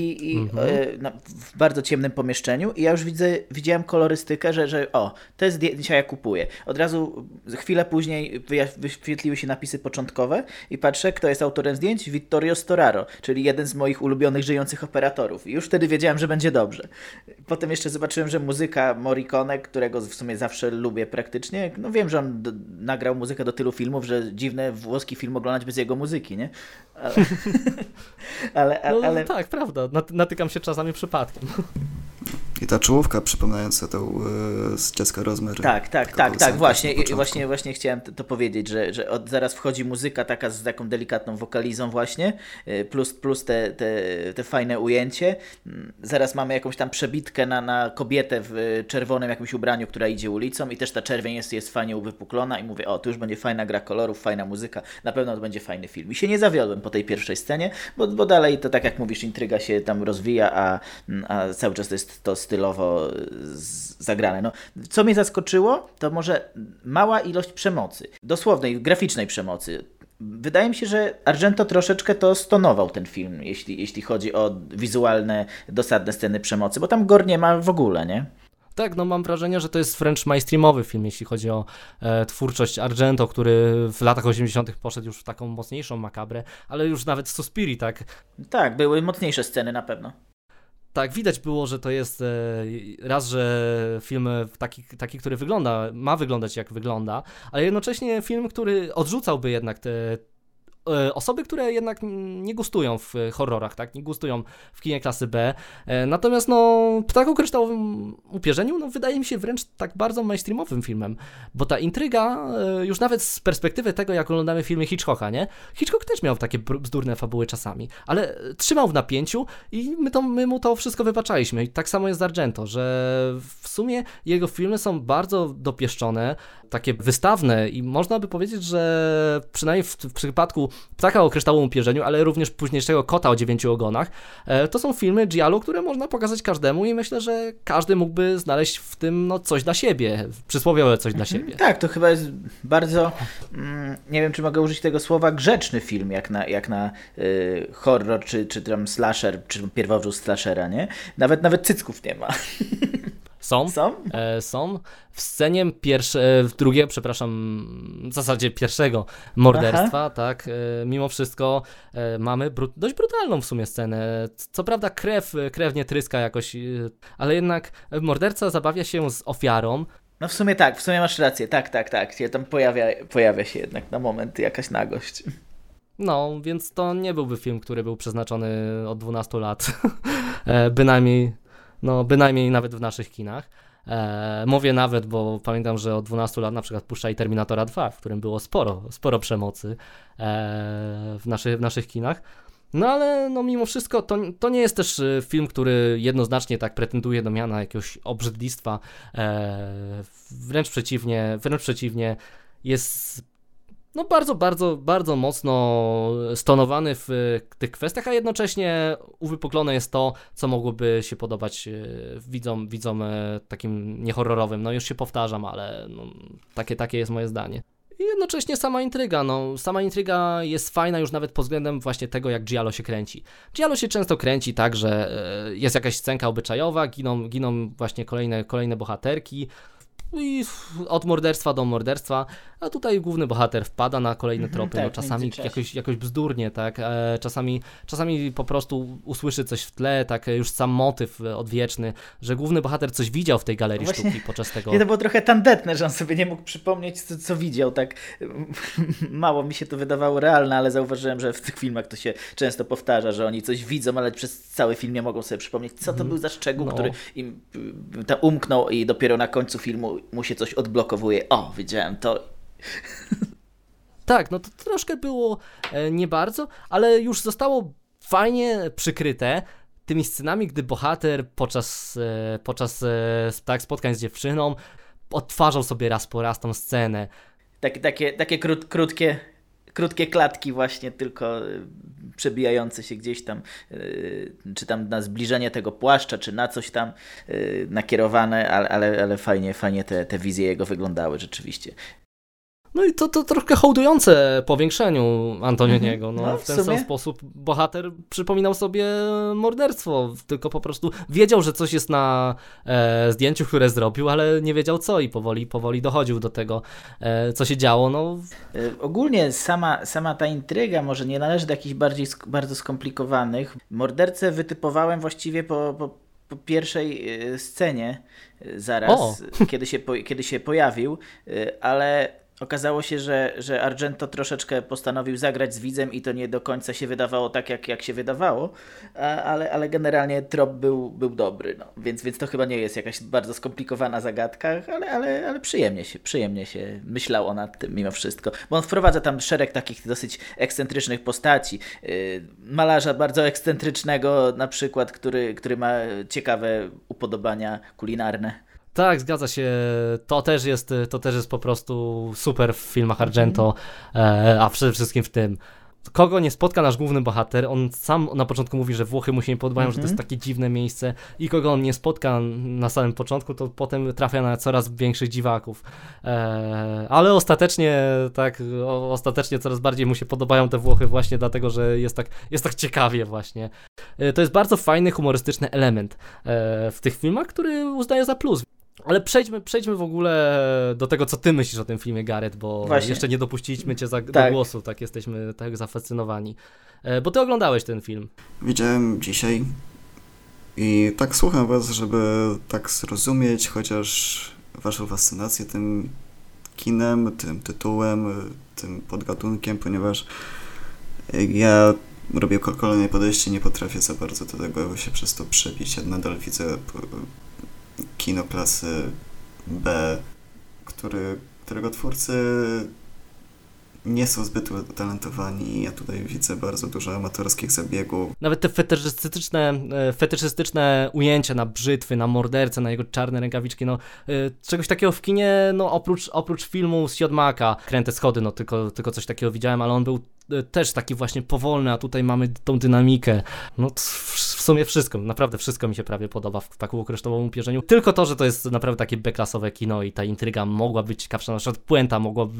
w bardzo ciemnym pomieszczeniu i ja już widziałem kolorystykę, że to jest zdjęcia, ja kupuję. Od razu chwilę później wyświetliły się napisy początkowe i patrzę, kto jest autorem zdjęć? Vittorio Storaro, czyli jeden z moich ulubionych żyjących operatorów. I już wtedy wiedziałem, że będzie dobrze. Potem jeszcze zobaczyłem, że muzyka Morricone, którego w sumie zawsze lubię praktycznie. No wiem, że on nagrał muzykę do tylu filmów, że dziwne włoski film oglądać bez jego muzyki, nie? Ale... Tak, prawda. Natykam się czasami przypadkiem. I ta czołówka przypominająca tą z Dziecka Rosemary. Tak, właśnie chciałem to powiedzieć, że zaraz wchodzi muzyka taka z taką delikatną wokalizą właśnie, plus te fajne ujęcie. Zaraz mamy jakąś tam przebitkę na kobietę w czerwonym jakimś ubraniu, która idzie ulicą i też ta czerwień jest fajnie uwypuklona i mówię, tu już będzie fajna gra kolorów, fajna muzyka, na pewno to będzie fajny film. I się nie zawiodłem po tej pierwszej scenie, bo dalej to tak jak mówisz, intryga się tam rozwija, a cały czas to jest to stylowo zagrane. No, co mnie zaskoczyło, to może mała ilość przemocy. Dosłownej, graficznej przemocy. Wydaje mi się, że Argento troszeczkę to stonował ten film, jeśli chodzi o wizualne, dosadne sceny przemocy, bo tam gore nie ma w ogóle, nie? Tak, no mam wrażenie, że to jest wręcz mainstreamowy film, jeśli chodzi o twórczość Argento, który w latach 80. poszedł już w taką mocniejszą makabrę, ale już nawet w Suspiri, tak? Tak, były mocniejsze sceny na pewno. Tak, widać było, że to jest raz, że film taki, który ma wyglądać jak wygląda, ale jednocześnie film, który odrzucałby jednak te osoby, które jednak nie gustują w horrorach, tak? Nie gustują w kinie klasy B. Natomiast Ptak o kryształowym upierzeniu wydaje mi się wręcz tak bardzo mainstreamowym filmem, bo ta intryga, już nawet z perspektywy tego, jak oglądamy filmy Hitchcocka, nie? Hitchcock też miał takie bzdurne fabuły czasami, ale trzymał w napięciu i my mu to wszystko wybaczaliśmy. I tak samo jest z Argento, że w sumie jego filmy są bardzo dopieszczone, takie wystawne i można by powiedzieć, że przynajmniej w przypadku Ptaka o kryształowym upierzeniu, ale również późniejszego Kota o 9 ogonach, to są filmy giallo, które można pokazać każdemu i myślę, że każdy mógłby znaleźć w tym coś dla siebie, przysłowiowe coś dla siebie. Tak, to chyba jest bardzo, nie wiem, czy mogę użyć tego słowa, grzeczny film, jak na horror, czy tam slasher, czy pierwowrót slashera, nie? Nawet cycków nie ma. Są? Są. W scenie w zasadzie pierwszego morderstwa, tak, mimo wszystko mamy dość brutalną w sumie scenę. Co prawda krew nie tryska jakoś, ale jednak morderca zabawia się z ofiarą. No w sumie masz rację, tak. Tam pojawia się jednak na moment jakaś nagość. No, więc to nie byłby film, który był przeznaczony od 12 lat, bynajmniej no bynajmniej nawet w naszych kinach. Mówię nawet, bo pamiętam, że od 12 lat na przykład puszczali Terminatora 2, w którym było sporo przemocy w naszych kinach. No ale no mimo wszystko to nie jest też film, który jednoznacznie tak pretenduje do miana jakiegoś obrzydlistwa. Wręcz przeciwnie, jest no bardzo mocno stonowany w tych kwestiach, a jednocześnie uwypuklone jest to, co mogłoby się podobać widzom takim niehorrorowym. No już się powtarzam, ale no, takie jest moje zdanie. I jednocześnie sama intryga jest fajna już nawet pod względem właśnie tego, jak Giallo się kręci. Giallo się często kręci tak, że jest jakaś scenka obyczajowa, giną właśnie kolejne bohaterki, i od morderstwa do morderstwa, a tutaj główny bohater wpada na kolejne tropy, tak, no czasami jakoś bzdurnie, tak, czasami po prostu usłyszy coś w tle, tak już sam motyw odwieczny, że główny bohater coś widział w tej galerii sztuki podczas tego. Nie, to było trochę tandetne, że on sobie nie mógł przypomnieć, co widział, tak mało mi się to wydawało realne, ale zauważyłem, że w tych filmach to się często powtarza, że oni coś widzą, ale przez cały film nie mogą sobie przypomnieć, co to był za szczegół, który im tam umknął i dopiero na końcu filmu mu się coś odblokowuje. O, widziałem to. Tak, no to troszkę było nie bardzo, ale już zostało fajnie przykryte tymi scenami, gdy bohater podczas spotkań z dziewczyną odtwarzał sobie raz po raz tą scenę. Takie krótkie klatki właśnie, tylko przebijające się gdzieś tam, czy tam na zbliżenie tego płaszcza, czy na coś tam nakierowane, ale fajnie te wizje jego wyglądały rzeczywiście. No i to troszkę hołdujące powiększeniu Antonioniego. No, w ten sam sposób bohater przypominał sobie morderstwo, tylko po prostu wiedział, że coś jest na zdjęciu, które zrobił, ale nie wiedział co i powoli dochodził do tego, co się działo. No. Ogólnie sama ta intryga może nie należy do jakichś bardzo skomplikowanych. Mordercę wytypowałem właściwie po pierwszej scenie zaraz, kiedy się pojawił, ale okazało się, że Argento troszeczkę postanowił zagrać z widzem i to nie do końca się wydawało tak, jak się wydawało, ale generalnie trop był dobry. No. Więc to chyba nie jest jakaś bardzo skomplikowana zagadka, ale przyjemnie się myślało nad tym mimo wszystko. Bo on wprowadza tam szereg takich dosyć ekscentrycznych postaci. Malarza bardzo ekscentrycznego na przykład, który ma ciekawe upodobania kulinarne. Tak, zgadza się. To też jest po prostu super w filmach Argento, a przede wszystkim w tym. Kogo nie spotka nasz główny bohater, on sam na początku mówi, że Włochy mu się nie podobają, że to jest takie dziwne miejsce i kogo on nie spotka na samym początku, to potem trafia na coraz większych dziwaków. Ale ostatecznie coraz bardziej mu się podobają te Włochy właśnie dlatego, że jest tak ciekawie właśnie. To jest bardzo fajny, humorystyczny element w tych filmach, który uznaję za plus. Ale przejdźmy w ogóle do tego, co ty myślisz o tym filmie, Gareth, bo właśnie jeszcze nie dopuściliśmy cię do głosu, tak jesteśmy tak zafascynowani. Bo ty oglądałeś ten film. Widziałem dzisiaj i tak słucham was, żeby tak zrozumieć chociaż waszą fascynację tym kinem, tym tytułem, tym podgatunkiem, ponieważ ja robię kolejne podejście, nie potrafię za bardzo do tego się przez to przebić. Ja nadal widzę kino klasy B, którego twórcy nie są zbyt utalentowani. Ja tutaj widzę bardzo dużo amatorskich zabiegów. Nawet te fetyszystyczne ujęcia na brzytwy, na mordercę, na jego czarne rękawiczki, no czegoś takiego w kinie, no oprócz filmu z Siodmaka, Kręte schody, no tylko coś takiego widziałem, ale on był też taki właśnie powolny, a tutaj mamy tą dynamikę. No w sumie wszystko, naprawdę wszystko mi się prawie podoba w takim ukresztowym upierzeniu. Tylko to, że to jest naprawdę takie B-klasowe kino i ta intryga mogła być ciekawsza, na przykład puenta mogłaby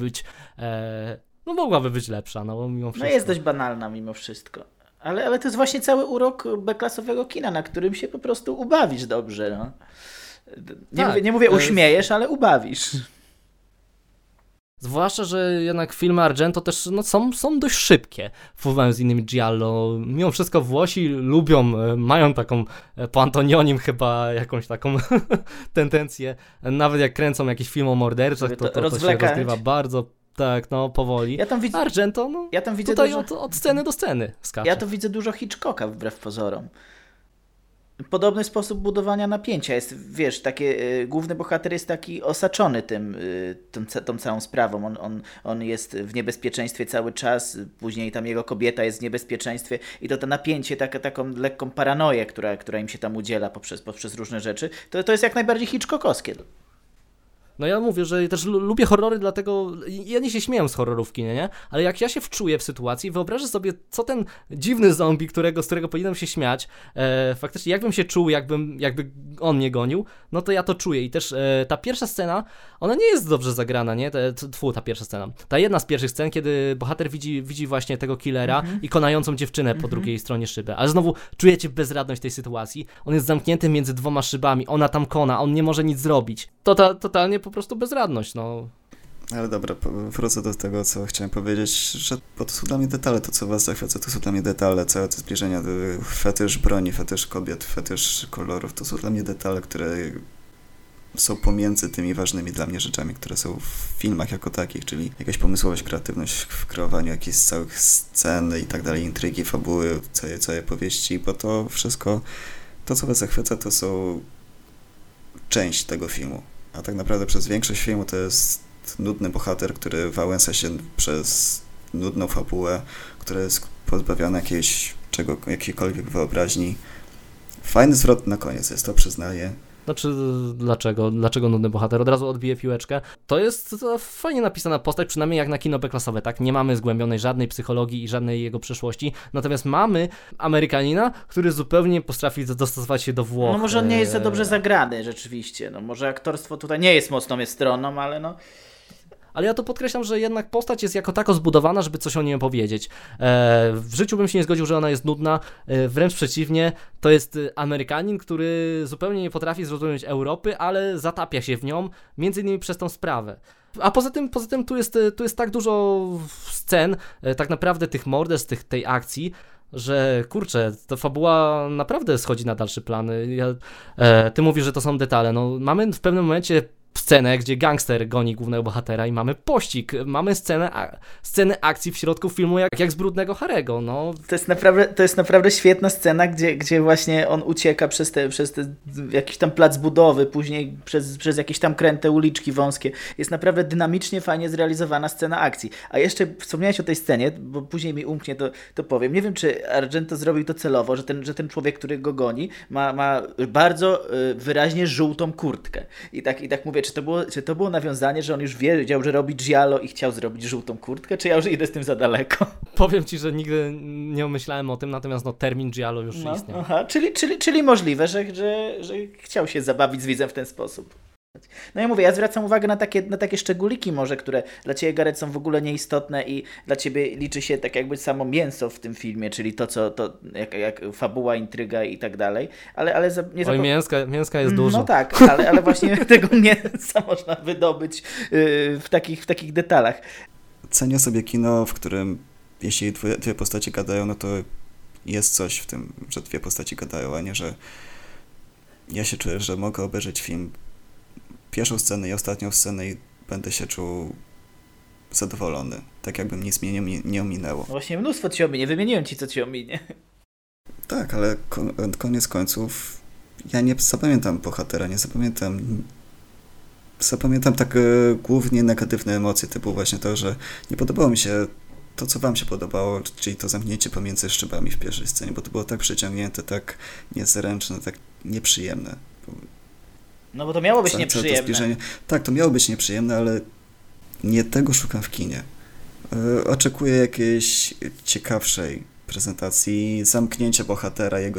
być lepsza, no mimo wszystko. No jest dość banalna mimo wszystko. Ale to jest właśnie cały urok B-klasowego kina, na którym się po prostu ubawisz dobrze, no. Nie mówię uśmiejesz, ale ubawisz. Zwłaszcza, że jednak filmy Argento też są dość szybkie w porównaniu z innymi Giallo. Mimo wszystko Włosi lubią, mają taką po Antonionim chyba jakąś taką tendencję. Nawet jak kręcą jakiś film o mordercach, to się rozgrywa bardzo powoli. Argento, ja tam widzę tutaj od sceny do sceny skacze. Ja to widzę dużo Hitchcocka wbrew pozorom. podobny sposób budowania napięcia. Jest, wiesz, główny bohater jest taki osaczony tą całą sprawą. On jest w niebezpieczeństwie cały czas, później tam jego kobieta jest w niebezpieczeństwie i to napięcie, taką lekką paranoję, która im się tam udziela poprzez różne rzeczy, to jest jak najbardziej hitchcockowskie. No ja mówię, że też lubię horrory, dlatego ja nie się śmieję z horrorów w kinie, nie? Ale jak ja się wczuję w sytuacji, wyobrażę sobie, co ten dziwny zombie, z którego powinienem się śmiać, faktycznie jakbym się czuł, jakby on mnie gonił, no to ja to czuję. I też ta pierwsza scena, ona nie jest dobrze zagrana, nie? Ta pierwsza scena. Ta jedna z pierwszych scen, kiedy bohater widzi właśnie tego killera i konającą dziewczynę po drugiej stronie szyby. Ale znowu czujecie bezradność tej sytuacji. On jest zamknięty między dwoma szybami, ona tam kona, on nie może nic zrobić. Totalnie po prostu bezradność, no. Ale dobra, wrócę do tego, co chciałem powiedzieć, że bo to są dla mnie detale, to co was zachwyca, to są dla mnie detale, całe te zbliżenia, fetysz broni, fetysz kobiet, fetysz kolorów, to są dla mnie detale, które są pomiędzy tymi ważnymi dla mnie rzeczami, które są w filmach jako takich, czyli jakaś pomysłowość, kreatywność w kreowaniu jakichś całych scen i tak dalej, intrygi, fabuły, całej powieści, bo to wszystko, to co was zachwyca, to są część tego filmu. A tak naprawdę przez większość filmu to jest nudny bohater, który wałęsa się przez nudną fabułę, która jest pozbawiona jakiejkolwiek wyobraźni. Fajny zwrot na koniec jest, to przyznaję. Znaczy, dlaczego nudny bohater? Od razu odbije piłeczkę. To jest fajnie napisana postać, przynajmniej jak na kino B-klasowe, tak? Nie mamy zgłębionej żadnej psychologii i żadnej jego przeszłości, natomiast mamy Amerykanina, który zupełnie potrafi dostosować się do Włoch. No może on nie jest za dobrze zagrany rzeczywiście, no może aktorstwo tutaj nie jest mocną jest stroną, ale no... Ale ja to podkreślam, że jednak postać jest jako tako zbudowana, żeby coś o niej powiedzieć. W życiu bym się nie zgodził, że ona jest nudna, wręcz przeciwnie, to jest Amerykanin, który zupełnie nie potrafi zrozumieć Europy, ale zatapia się w nią, między innymi przez tą sprawę. A poza tym tu jest tak dużo scen, tak naprawdę tych morderstw, tej akcji, że kurczę, ta fabuła naprawdę schodzi na dalszy plan. Ty mówisz, że to są detale. No, mamy w pewnym momencie scenę, gdzie gangster goni głównego bohatera i mamy pościg, mamy scenę akcji w środku filmu jak z Brudnego Harego, no. To jest naprawdę świetna scena, gdzie właśnie on ucieka przez te jakiś tam plac budowy, później przez jakieś tam kręte uliczki wąskie. Jest naprawdę dynamicznie, fajnie zrealizowana scena akcji. A jeszcze wspomniałeś o tej scenie, bo później mi umknie, to powiem. Nie wiem, czy Argento zrobił to celowo, że ten człowiek, który go goni, ma bardzo wyraźnie żółtą kurtkę. I tak mówię, czy to było nawiązanie, że on już wiedział, że robi giallo i chciał zrobić żółtą kurtkę, czy ja już idę z tym za daleko? Powiem ci, że nigdy nie myślałem o tym, natomiast termin giallo już istniał. Aha, czyli możliwe, że chciał się zabawić z widzem w ten sposób. No ja mówię, ja zwracam uwagę na takie szczególiki może, które dla ciebie, Gareth, są w ogóle nieistotne i dla ciebie liczy się tak jakby samo mięso w tym filmie, czyli jak fabuła, intryga i tak dalej, ale nie Oj, mięska jest dużo. No tak, ale właśnie tego mięsa można wydobyć w takich detalach. Cenię sobie kino, w którym jeśli dwie postacie gadają, no to jest coś w tym, że dwie postaci gadają, a nie, że ja się czuję, że mogę obejrzeć film pierwszą scenę i ostatnią scenę i będę się czuł zadowolony. Tak jakbym nic mnie nie ominęło. No właśnie mnóstwo ci ominie, wymieniłem ci, co ci ominie. Tak, ale koniec końców ja nie zapamiętam bohatera, nie zapamiętam tak głównie negatywne emocje, typu właśnie to, że nie podobało mi się to, co wam się podobało, czyli to zamknięcie pomiędzy szybami w pierwszej scenie, bo to było tak przyciągnięte, tak niezręczne, tak nieprzyjemne. No bo to miało być nieprzyjemne. Tak, to miało być nieprzyjemne, ale nie tego szukam w kinie. Oczekuję jakiejś ciekawszej prezentacji, zamknięcia bohatera, jego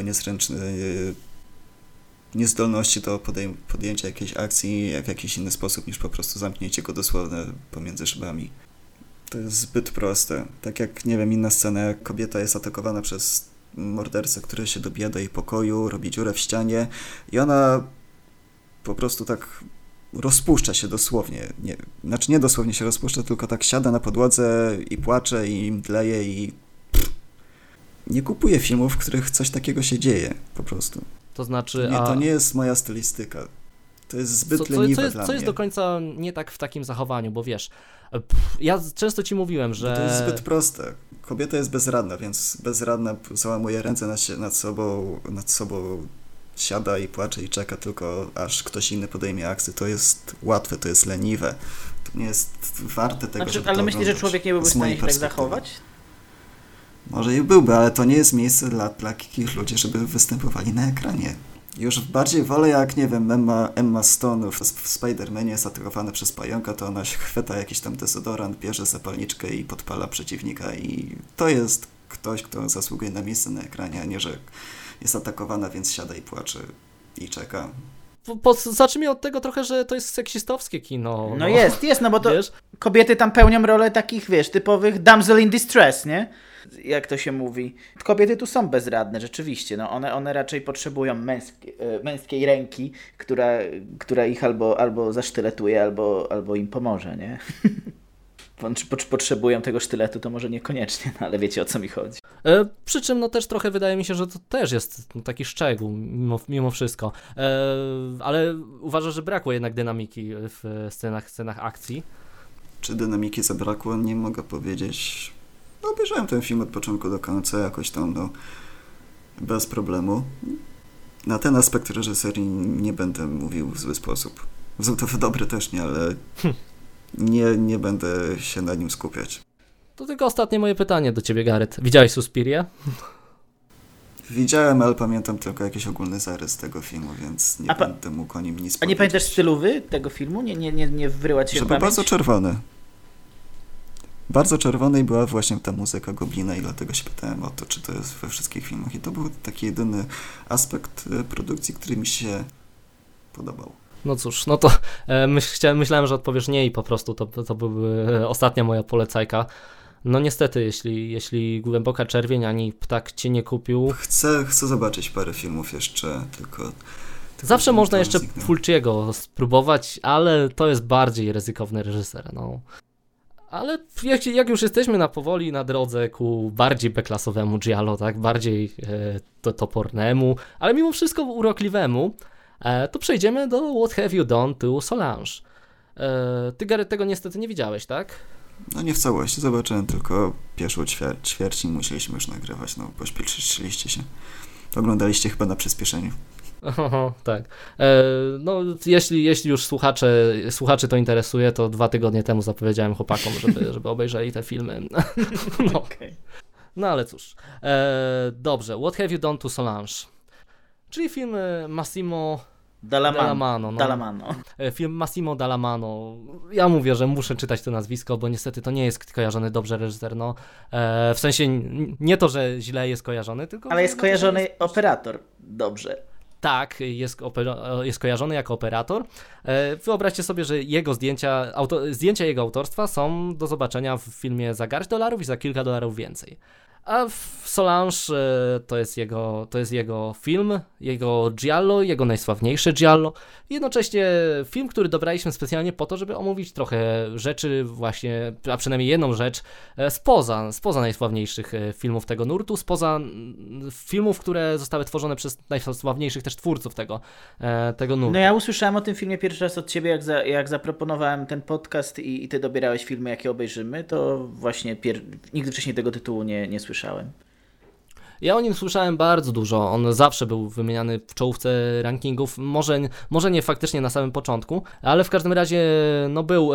niezdolności do podjęcia jakiejś akcji w jakiś inny sposób niż po prostu zamknięcie go dosłownie pomiędzy szybami. To jest zbyt proste. Tak jak, nie wiem, inna scena, jak kobieta jest atakowana przez mordercę, który się dobija do jej pokoju, robi dziurę w ścianie i ona po prostu tak rozpuszcza się dosłownie. Nie dosłownie się rozpuszcza, tylko tak siada na podłodze i płacze i mdleje i nie kupuję filmów, w których coś takiego się dzieje po prostu. To znaczy... To nie jest moja stylistyka. To jest zbyt leniwe dla mnie. Co jest do końca nie tak w takim zachowaniu, bo wiesz, ja często ci mówiłem, że... To jest zbyt proste. Kobieta jest bezradna, więc bezradna załamuje ręce nad sobą siada i płacze i czeka tylko, aż ktoś inny podejmie akcję. To jest łatwe, to jest leniwe. To nie jest warte tego, żeby ale to myślisz, że oglądać. człowiek nie byłby w Z mojej stanie się tak perspektywy. zachować? Może i byłby, ale to nie jest miejsce dla takich ludzi, żeby występowali na ekranie. Już bardziej wolę, jak, nie wiem, Emma Stone w Spider-Manie jest atakowana przez pająka, to ona się chwyta jakiś tam dezodorant, bierze zapalniczkę i podpala przeciwnika i to jest ktoś, kto zasługuje na miejsce na ekranie, a nie, że jest atakowana, więc siada i płacze i czeka. Zacznijmy od tego trochę, że to jest seksistowskie kino. No jest, no bo to Wiesz? kobiety tam pełnią rolę takich, wiesz, typowych damsel in distress, nie? Jak to się mówi. Kobiety tu są bezradne, rzeczywiście. No one raczej potrzebują męskiej ręki, która ich albo zasztyletuje, albo im pomoże, nie? Czy potrzebują tego sztyletu, to może niekoniecznie, no, ale wiecie, o co mi chodzi. Przy czym no też trochę wydaje mi się, że to też jest taki szczegół mimo wszystko. Ale uważam, że brakło jednak dynamiki w scenach akcji. Czy dynamiki zabrakło? Nie mogę powiedzieć. No, obejrzałem ten film od początku do końca, jakoś tam, no, bez problemu. Na ten aspekt reżyserii nie będę mówił w zły sposób. To dobry też nie, ale nie będę się na nim skupiać. To tylko ostatnie moje pytanie do ciebie, Gareth. Widziałeś Suspirię? Widziałem, ale pamiętam tylko jakiś ogólny zarys tego filmu, więc nie będę mógł o nim nic A powiedzieć. nie pamiętasz stylowy tego filmu? Nie wryła ci się Że w był pamięć? bardzo czerwony. Bardzo czerwony i była właśnie ta muzyka Goblina i dlatego się pytałem o to, czy to jest we wszystkich filmach. I to był taki jedyny aspekt produkcji, który mi się podobał. No cóż, no to myślałem, że odpowiesz nie i po prostu to była ostatnia moja polecajka. No niestety, jeśli Głęboka Czerwień ani Ptak cię nie kupił... Chcę zobaczyć parę filmów jeszcze, tylko Zawsze można jeszcze zniknął. Fulciego spróbować, ale to jest bardziej ryzykowny reżyser, no. Ale jak już jesteśmy powoli na drodze ku bardziej B-klasowemu giallo, tak, bardziej topornemu, ale mimo wszystko urokliwemu, to przejdziemy do What Have You Done to Solange. Ty, Gary, tego niestety nie widziałeś, tak? No nie w całości, zobaczyłem tylko pierwszą ćwierć i musieliśmy już nagrywać, no pośpieszyliście się. Oglądaliście chyba na przyspieszeniu. Oho, tak. No, jeśli już słuchaczy to interesuje, to 2 tygodnie temu zapowiedziałem chłopakom, żeby obejrzeli te filmy. No. Okay. No ale cóż. Dobrze, What Have You Done to Solange? Czyli film Massimo Dallamano. No. Dallamano. Film Massimo Dallamano. Ja mówię, że muszę czytać to nazwisko, bo niestety to nie jest kojarzony dobrze reżyser. No. W sensie nie to, że źle jest kojarzony, tylko... Ale jest kojarzony operator dobrze. Tak, jest kojarzony jako operator. Wyobraźcie sobie, że jego zdjęcia jego autorstwa są do zobaczenia w filmie za garść dolarów i za kilka dolarów więcej. A Solange to jest jego film, jego giallo, jego najsławniejsze giallo. Jednocześnie film, który dobraliśmy specjalnie po to, żeby omówić trochę rzeczy właśnie, a przynajmniej jedną rzecz spoza najsławniejszych filmów tego nurtu, spoza filmów, które zostały tworzone przez najsławniejszych też twórców tego nurtu. No ja usłyszałem o tym filmie pierwszy raz od ciebie, jak zaproponowałem ten podcast i ty dobierałeś filmy, jakie obejrzymy, to właśnie nigdy wcześniej tego tytułu nie słyszałem. Ja o nim słyszałem bardzo dużo, on zawsze był wymieniany w czołówce rankingów, może nie faktycznie na samym początku, ale w każdym razie no był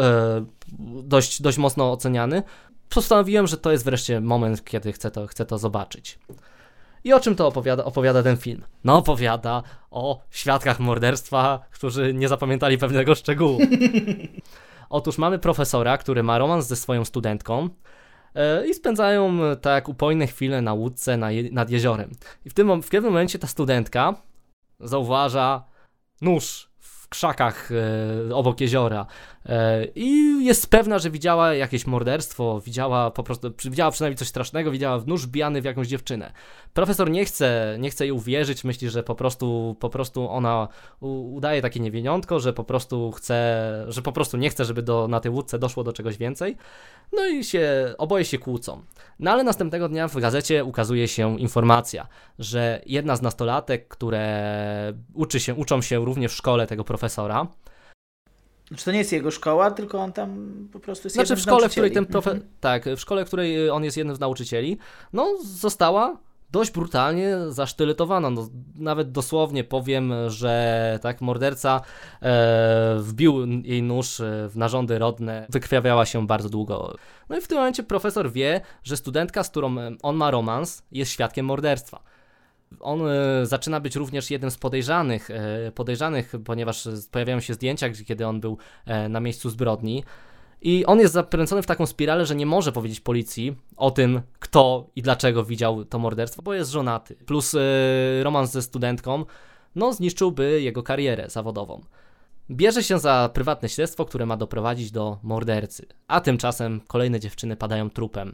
dość mocno oceniany. Postanowiłem, że to jest wreszcie moment, kiedy chcę to zobaczyć. I o czym to opowiada ten film? No opowiada o świadkach morderstwa, którzy nie zapamiętali pewnego szczegółu. Otóż mamy profesora, który ma romans ze swoją studentką, i spędzają tak upojne chwile na łódce nad jeziorem. I w pewnym momencie ta studentka zauważa nóż w krzakach obok jeziora i jest pewna, że widziała jakieś morderstwo, widziała przynajmniej coś strasznego, widziała nóż wbijany w jakąś dziewczynę. Profesor nie chce jej uwierzyć, myśli, że po prostu ona udaje takie niewiniątko, że po prostu nie chce, żeby na tej łódce doszło do czegoś więcej. No i oboje się kłócą. No ale następnego dnia w gazecie ukazuje się informacja, że jedna z nastolatek, które uczą się również w szkole tego profesora. Znaczy to nie jest jego szkoła, tylko on tam po prostu jest jednym w szkole, z nauczycieli. w szkole, w której on jest jednym z nauczycieli, no została dość brutalnie zasztyletowano. No, nawet dosłownie powiem, że tak morderca wbił jej nóż w narządy rodne, wykrwawiała się bardzo długo. No i w tym momencie profesor wie, że studentka, z którą on ma romans, jest świadkiem morderstwa. On zaczyna być również jednym z podejrzanych, ponieważ pojawiają się zdjęcia, kiedy on był na miejscu zbrodni. I on jest zakręcony w taką spiralę, że nie może powiedzieć policji o tym, kto i dlaczego widział to morderstwo, bo jest żonaty. Plus romans ze studentką, no zniszczyłby jego karierę zawodową. Bierze się za prywatne śledztwo, które ma doprowadzić do mordercy. A tymczasem kolejne dziewczyny padają trupem.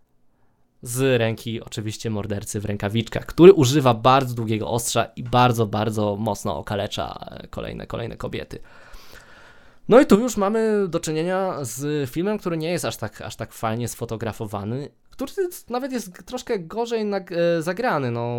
Z ręki oczywiście mordercy w rękawiczkach, który używa bardzo długiego ostrza i bardzo, bardzo mocno okalecza kolejne kobiety. No i tu już mamy do czynienia z filmem, który nie jest aż tak fajnie sfotografowany, który nawet jest troszkę gorzej zagrany. No,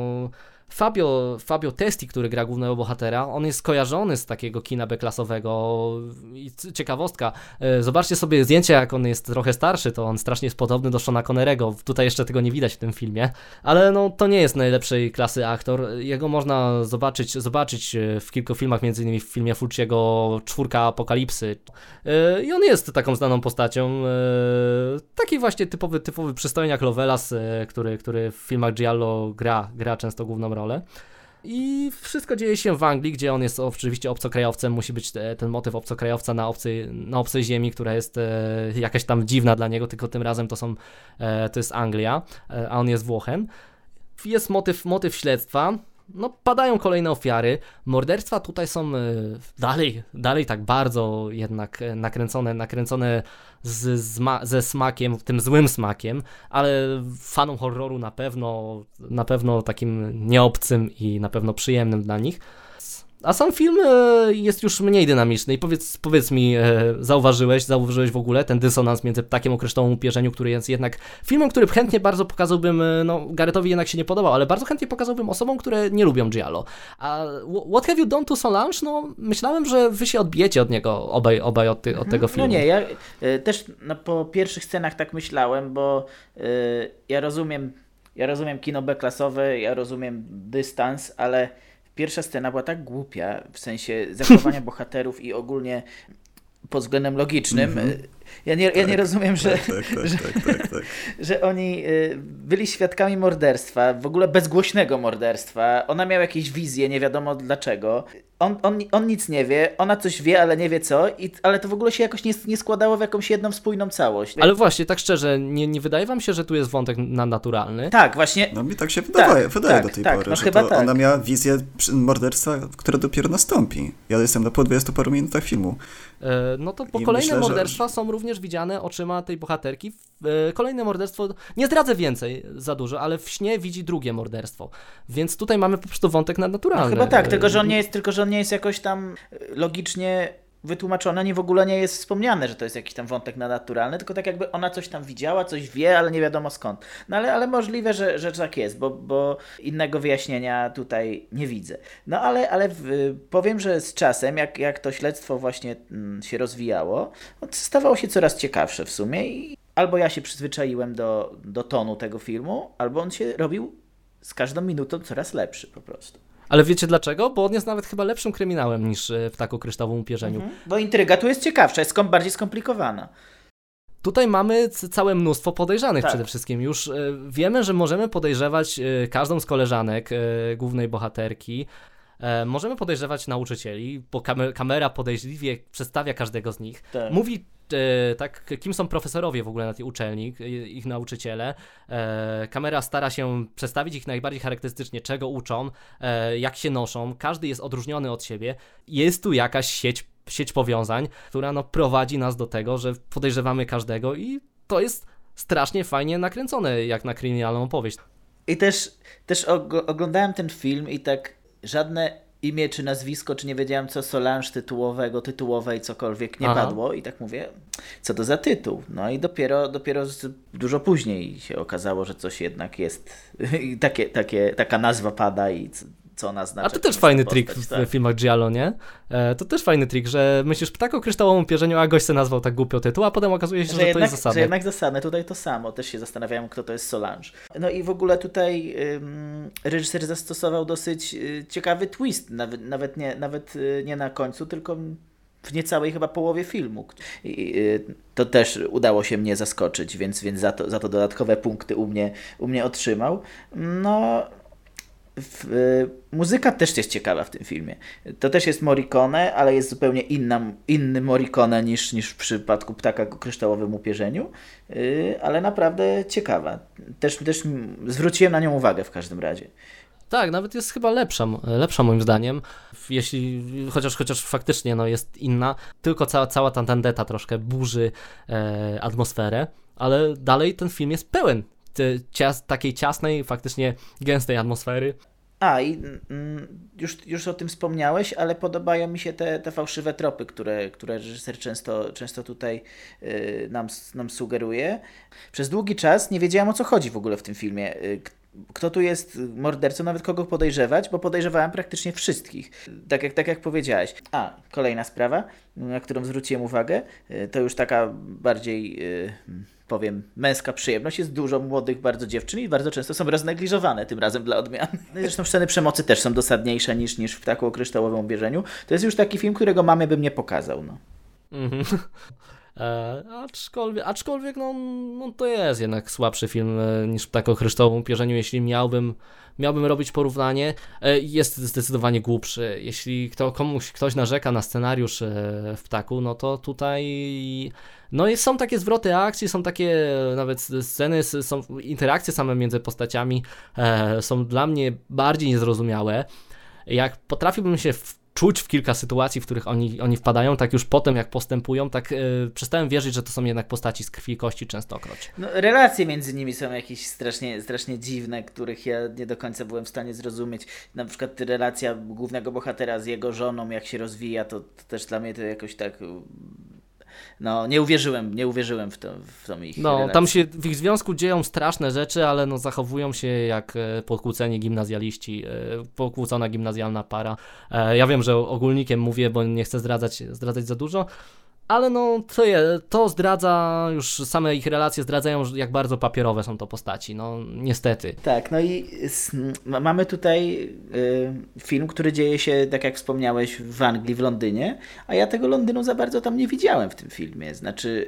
Fabio Testi, który gra głównego bohatera, on jest kojarzony z takiego kina B-klasowego i ciekawostka, zobaczcie sobie zdjęcie, jak on jest trochę starszy, to on strasznie jest podobny do Seana Connerego, tutaj jeszcze tego nie widać w tym filmie, ale no to nie jest najlepszej klasy aktor, jego można zobaczyć w kilku filmach, m.in. w filmie Fulciego Czwórka Apokalipsy i on jest taką znaną postacią, taki właśnie typowy przystojniak Lovelas, który w filmach Giallo gra często główną rolę. I wszystko dzieje się w Anglii, gdzie on jest oczywiście obcokrajowcem, musi być ten motyw obcokrajowca na obcej ziemi, która jest jakaś tam dziwna dla niego, tylko tym razem to jest Anglia, a on jest Włochem. Jest motyw śledztwa, no padają kolejne ofiary, morderstwa tutaj są dalej tak bardzo jednak nakręcone ze smakiem, tym złym smakiem, ale fanom horroru na pewno takim nieobcym i na pewno przyjemnym dla nich. A sam film jest już mniej dynamiczny i powiedz mi, zauważyłeś w ogóle ten dysonans między Ptakiem o kryształowym upierzeniu, który jest jednak filmem, który chętnie bardzo pokazałbym, no Garethowi jednak się nie podobał, ale bardzo chętnie pokazałbym osobom, które nie lubią Giallo. A What Have You Done to Solange? No myślałem, że wy się odbijecie od niego, obaj od tego filmu. No nie, ja też po pierwszych scenach tak myślałem, bo ja rozumiem kino B-klasowe, ja rozumiem dystans, ale pierwsza scena była tak głupia, w sensie zachowania bohaterów i ogólnie pod względem logicznym. Ja nie rozumiem, że oni byli świadkami morderstwa, w ogóle bezgłośnego morderstwa. Ona miała jakieś wizje, nie wiadomo dlaczego. On nic nie wie, ona coś wie, ale nie wie co, ale to w ogóle się jakoś nie składało w jakąś jedną spójną całość. Ale właśnie, tak szczerze, nie wydaje wam się, że tu jest wątek nadnaturalny? Tak, właśnie. No mi tak się wydaje do tej pory, no że chyba to ona miała wizję morderstwa, które dopiero nastąpi. Ja jestem po 20 paru minutach filmu. No to kolejne morderstwa są również widziane oczyma tej bohaterki. Kolejne morderstwo, nie zdradzę więcej za dużo, ale w śnie widzi drugie morderstwo. Więc tutaj mamy po prostu wątek nadnaturalny. No chyba tak, tylko że on nie jest jakoś tam logicznie wytłumaczone, w ogóle nie jest wspomniane, że to jest jakiś tam wątek nadnaturalny, tylko tak jakby ona coś tam widziała, coś wie, ale nie wiadomo skąd. No ale możliwe, że tak jest, bo innego wyjaśnienia tutaj nie widzę. No ale powiem, że z czasem, jak to śledztwo właśnie się rozwijało, stawało się coraz ciekawsze w sumie i albo ja się przyzwyczaiłem do tonu tego filmu, albo on się robił z każdą minutą coraz lepszy po prostu. Ale wiecie dlaczego? Bo on jest nawet chyba lepszym kryminałem niż Ptak o kryształowym upierzeniu. Bo intryga tu jest ciekawsza, jest bardziej skomplikowana. Tutaj mamy całe mnóstwo podejrzanych tak. Przede wszystkim. Już wiemy, że możemy podejrzewać każdą z koleżanek głównej bohaterki. Możemy podejrzewać nauczycieli, bo kamera podejrzliwie przedstawia każdego z nich. Tak. Mówi tak, kim są profesorowie w ogóle na tej uczelni, ich nauczyciele. Kamera stara się przedstawić ich najbardziej charakterystycznie, czego uczą, jak się noszą. Każdy jest odróżniony od siebie. Jest tu jakaś sieć powiązań, która prowadzi nas do tego, że podejrzewamy każdego i to jest strasznie fajnie nakręcone, jak na kryminalną opowieść. I też oglądałem ten film i tak żadne imię czy nazwisko, czy nie wiedziałem co Solange tytułowej, cokolwiek nie padło i tak mówię, co to za tytuł? No i dopiero dużo później się okazało, że coś jednak jest, taka nazwa pada i co ona znaczy. A to też fajny trik w filmach Giallo, nie? To też fajny trik, że myślisz ptak o kryształowym pierzeniu, a gość se nazwał tak głupio tytuł, a potem okazuje się, że to jest zasadne. Że jednak zasadne, tutaj to samo. Też się zastanawiałem, kto to jest Solange. No i w ogóle tutaj reżyser zastosował dosyć ciekawy twist, nawet nie na końcu, tylko w niecałej chyba połowie filmu. To też udało się mnie zaskoczyć, więc za to dodatkowe punkty u mnie otrzymał. No, muzyka też jest ciekawa w tym filmie. To też jest Morricone, ale jest zupełnie inny Morricone niż w przypadku Ptaka o kryształowym upierzeniu, ale naprawdę ciekawa. Też zwróciłem na nią uwagę w każdym razie. Tak, nawet jest chyba lepsza moim zdaniem, chociaż faktycznie jest inna, tylko cała ta tandeta troszkę burzy atmosferę, ale dalej ten film jest pełen takiej ciasnej, faktycznie gęstej atmosfery. I już o tym wspomniałeś, ale podobają mi się te fałszywe tropy, które reżyser często tutaj nam sugeruje. Przez długi czas nie wiedziałem, o co chodzi w ogóle w tym filmie. Kto tu jest mordercą, nawet kogo podejrzewać, bo podejrzewałem praktycznie wszystkich. Tak jak powiedziałeś. Kolejna sprawa, na którą zwróciłem uwagę, to już taka bardziej, powiem, męska przyjemność. Jest dużo młodych bardzo dziewczyn i bardzo często są roznegliżowane, tym razem dla odmiany. Zresztą sceny przemocy też są dosadniejsze niż w Ptaku o kryształowym ubierzeniu. To jest już taki film, którego mamie bym nie pokazał. No. Aczkolwiek to jest jednak słabszy film niż Ptak o kryształowym upierzeniu, jeśli miałbym robić porównanie. Jest zdecydowanie głupszy. Jeśli ktoś narzeka na scenariusz w Ptaku, no to tutaj są takie zwroty akcji, są takie nawet sceny, są interakcje same między postaciami, są dla mnie bardziej niezrozumiałe. Jak potrafiłbym się czuć w kilka sytuacji, w których oni wpadają, tak już potem jak postępują, tak przestałem wierzyć, że to są jednak postaci z krwi i kości częstokroć. Relacje między nimi są jakieś strasznie dziwne, których ja nie do końca byłem w stanie zrozumieć. Na przykład relacja głównego bohatera z jego żoną, jak się rozwija, to też dla mnie to jakoś tak... nie uwierzyłem w tą ich relację. Tam się w ich związku dzieją straszne rzeczy, ale zachowują się jak pokłóceni gimnazjaliści, pokłócona gimnazjalna para. Ja wiem, że ogólnikiem mówię, bo nie chcę zdradzać za dużo, ale to zdradza, już same ich relacje zdradzają, jak bardzo papierowe są to postaci, niestety. Tak, i mamy tutaj film, który dzieje się, tak jak wspomniałeś, w Anglii, w Londynie, a ja tego Londynu za bardzo tam nie widziałem w tym filmie, znaczy...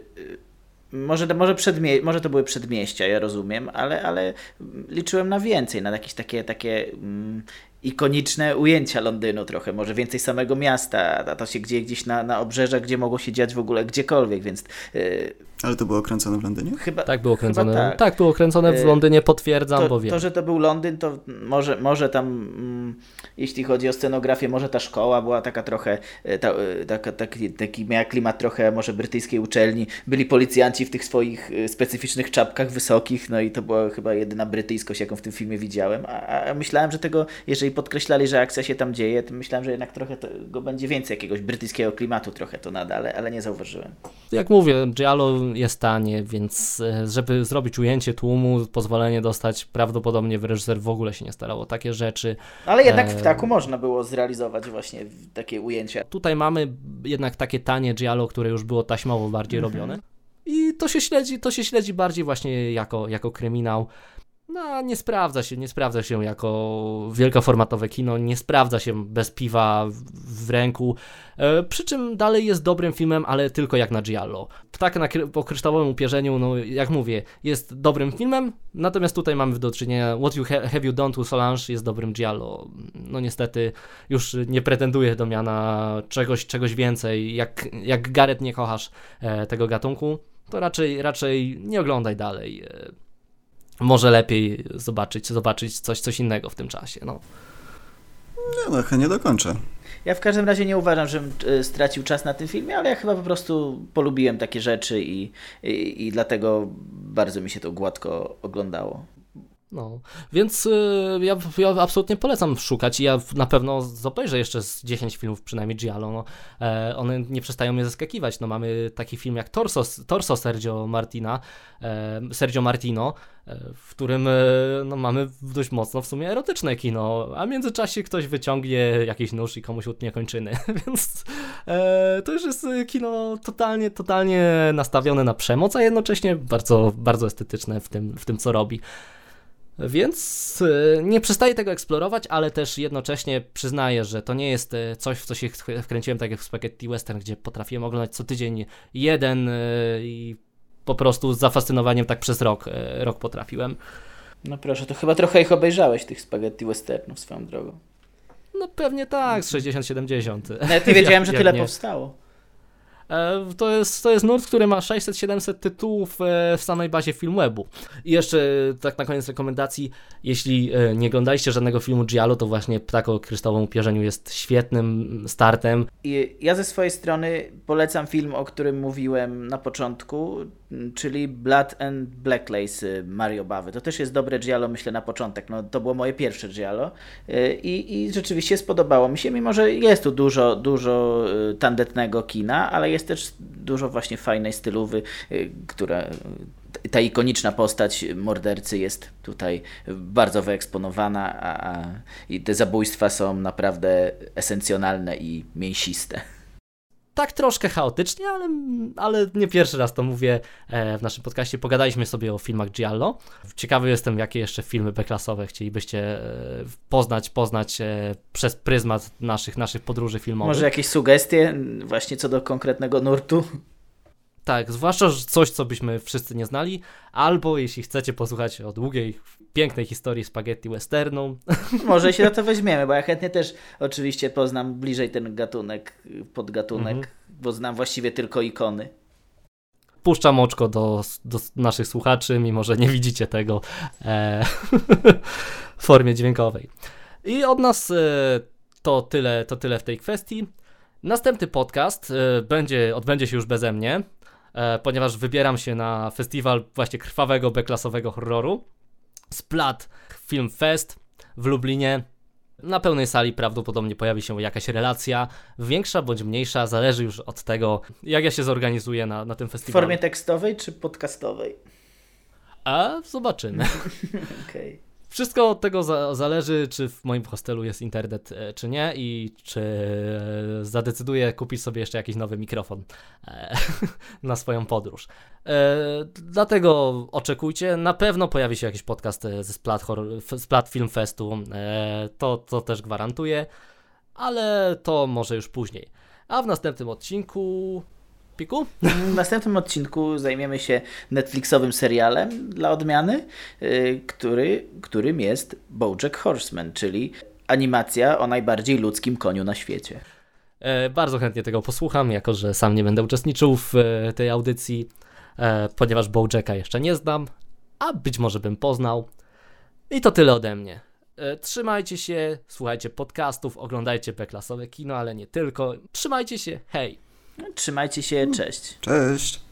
Może to były przedmieścia, ja rozumiem, ale liczyłem na więcej, na jakieś takie ikoniczne ujęcia Londynu trochę, może więcej samego miasta, a to się dzieje gdzieś na obrzeżach, gdzie mogło się dziać w ogóle gdziekolwiek, więc... Ale to było kręcone w Londynie? Tak było kręcone. Tak, było kręcone w Londynie, potwierdzam, bo wiem. To, że to był Londyn, to może tam, jeśli chodzi o scenografię, może ta szkoła była taka trochę, taki miała klimat trochę może brytyjskiej uczelni. Byli policjanci w tych swoich specyficznych czapkach wysokich, i to była chyba jedyna brytyjskość, jaką w tym filmie widziałem. A myślałem, że jeżeli podkreślali, że akcja się tam dzieje, to myślałem, że jednak trochę go będzie więcej jakiegoś brytyjskiego klimatu trochę to nada, ale nie zauważyłem. Jak mówię, Giallo jest tanie, więc żeby zrobić ujęcie tłumu, pozwolenie dostać, prawdopodobnie reżyser w ogóle się nie starał o takie rzeczy. Ale jednak w Ptaku można było zrealizować właśnie takie ujęcia. Tutaj mamy jednak takie tanie Giallo, które już było taśmowo bardziej robione. I to się śledzi bardziej właśnie jako kryminał. Nie sprawdza się jako wielkoformatowe kino, nie sprawdza się bez piwa w ręku, przy czym dalej jest dobrym filmem, ale tylko jak na Giallo. Ptak o kryształowym upierzeniu, jak mówię, jest dobrym filmem, natomiast tutaj mamy do czynienia, What Have You Done to Solange jest dobrym Giallo. Niestety już nie pretenduje do miana czegoś więcej, jak Gareth nie kochasz tego gatunku, to raczej nie oglądaj dalej. Może lepiej zobaczyć coś innego w tym czasie. Nie dokończę. Ja w każdym razie nie uważam, żebym stracił czas na tym filmie, ale ja chyba po prostu polubiłem takie rzeczy i dlatego bardzo mi się to gładko oglądało. No, więc ja absolutnie polecam szukać i ja na pewno obejrzę jeszcze z 10 filmów przynajmniej Giallo, no. One nie przestają mnie zaskakiwać, no mamy taki film jak Torso Sergio Martino, w którym no, mamy dość mocno w sumie erotyczne kino, a w międzyczasie ktoś wyciągnie jakiś nóż i komuś utnie kończyny, więc to już jest kino totalnie nastawione na przemoc, a jednocześnie bardzo, bardzo estetyczne w tym co robi. Więc nie przestaję tego eksplorować, ale też jednocześnie przyznaję, że to nie jest coś, w co się wkręciłem, tak jak w Spaghetti Western, gdzie potrafiłem oglądać co tydzień jeden i po prostu z zafascynowaniem tak przez rok potrafiłem. No proszę, to chyba trochę ich obejrzałeś, tych Spaghetti Westernów swoją drogą. No pewnie tak, z 60-70. Nawet nie wiedziałem, że tyle powstało. To jest nurt, który ma 600-700 tytułów w samej bazie Filmwebu. I jeszcze tak na koniec rekomendacji, jeśli nie oglądaliście żadnego filmu Giallo, to właśnie Ptak o kryształowym upierzeniu jest świetnym startem. I ja ze swojej strony polecam film, o którym mówiłem na początku, czyli Blood and Blacklace Mario Bavy. To też jest dobre Giallo, myślę, na początek. No, to było moje pierwsze Giallo i rzeczywiście spodobało mi się, mimo że jest tu dużo tandetnego kina, ale jest też dużo właśnie fajnej stylowy, która ta ikoniczna postać mordercy jest tutaj bardzo wyeksponowana, i te zabójstwa są naprawdę esencjonalne i mięsiste. Tak troszkę chaotycznie, ale nie pierwszy raz to mówię w naszym podcaście. Pogadaliśmy sobie o filmach Giallo. Ciekawy jestem, jakie jeszcze filmy B-klasowe chcielibyście poznać przez pryzmat naszych podróży filmowych. Może jakieś sugestie właśnie co do konkretnego nurtu? Tak, zwłaszcza coś, co byśmy wszyscy nie znali, albo jeśli chcecie posłuchać o długiej, pięknej historii spaghetti westernu. Może się na to weźmiemy, bo ja chętnie też oczywiście poznam bliżej ten podgatunek, bo znam właściwie tylko ikony. Puszczam oczko do naszych słuchaczy, mimo że nie widzicie tego w formie dźwiękowej. I od nas to tyle w tej kwestii. Następny podcast odbędzie się już beze mnie, ponieważ wybieram się na festiwal właśnie krwawego B-klasowego horroru Splat Film Fest w Lublinie. Na pełnej sali prawdopodobnie pojawi się jakaś relacja, większa bądź mniejsza, zależy już od tego, jak ja się zorganizuję na tym W festiwalu. formie tekstowej czy podcastowej? A zobaczymy. Okej. Wszystko od tego zależy, czy w moim hostelu jest internet, czy nie, i czy zadecyduję kupić sobie jeszcze jakiś nowy mikrofon na swoją podróż. Dlatego oczekujcie, na pewno pojawi się jakiś podcast ze Splat Film Festu, to też gwarantuję, ale to może już później. A w następnym odcinku... Piku? W następnym odcinku zajmiemy się Netflixowym serialem dla odmiany, którym jest BoJack Horseman, czyli animacja o najbardziej ludzkim koniu na świecie. Bardzo chętnie tego posłucham, jako że sam nie będę uczestniczył w tej audycji, ponieważ BoJacka jeszcze nie znam, a być może bym poznał. I to tyle ode mnie. Trzymajcie się, słuchajcie podcastów, oglądajcie B-klasowe kino, ale nie tylko. Trzymajcie się, hej! Trzymajcie się, cześć. Cześć!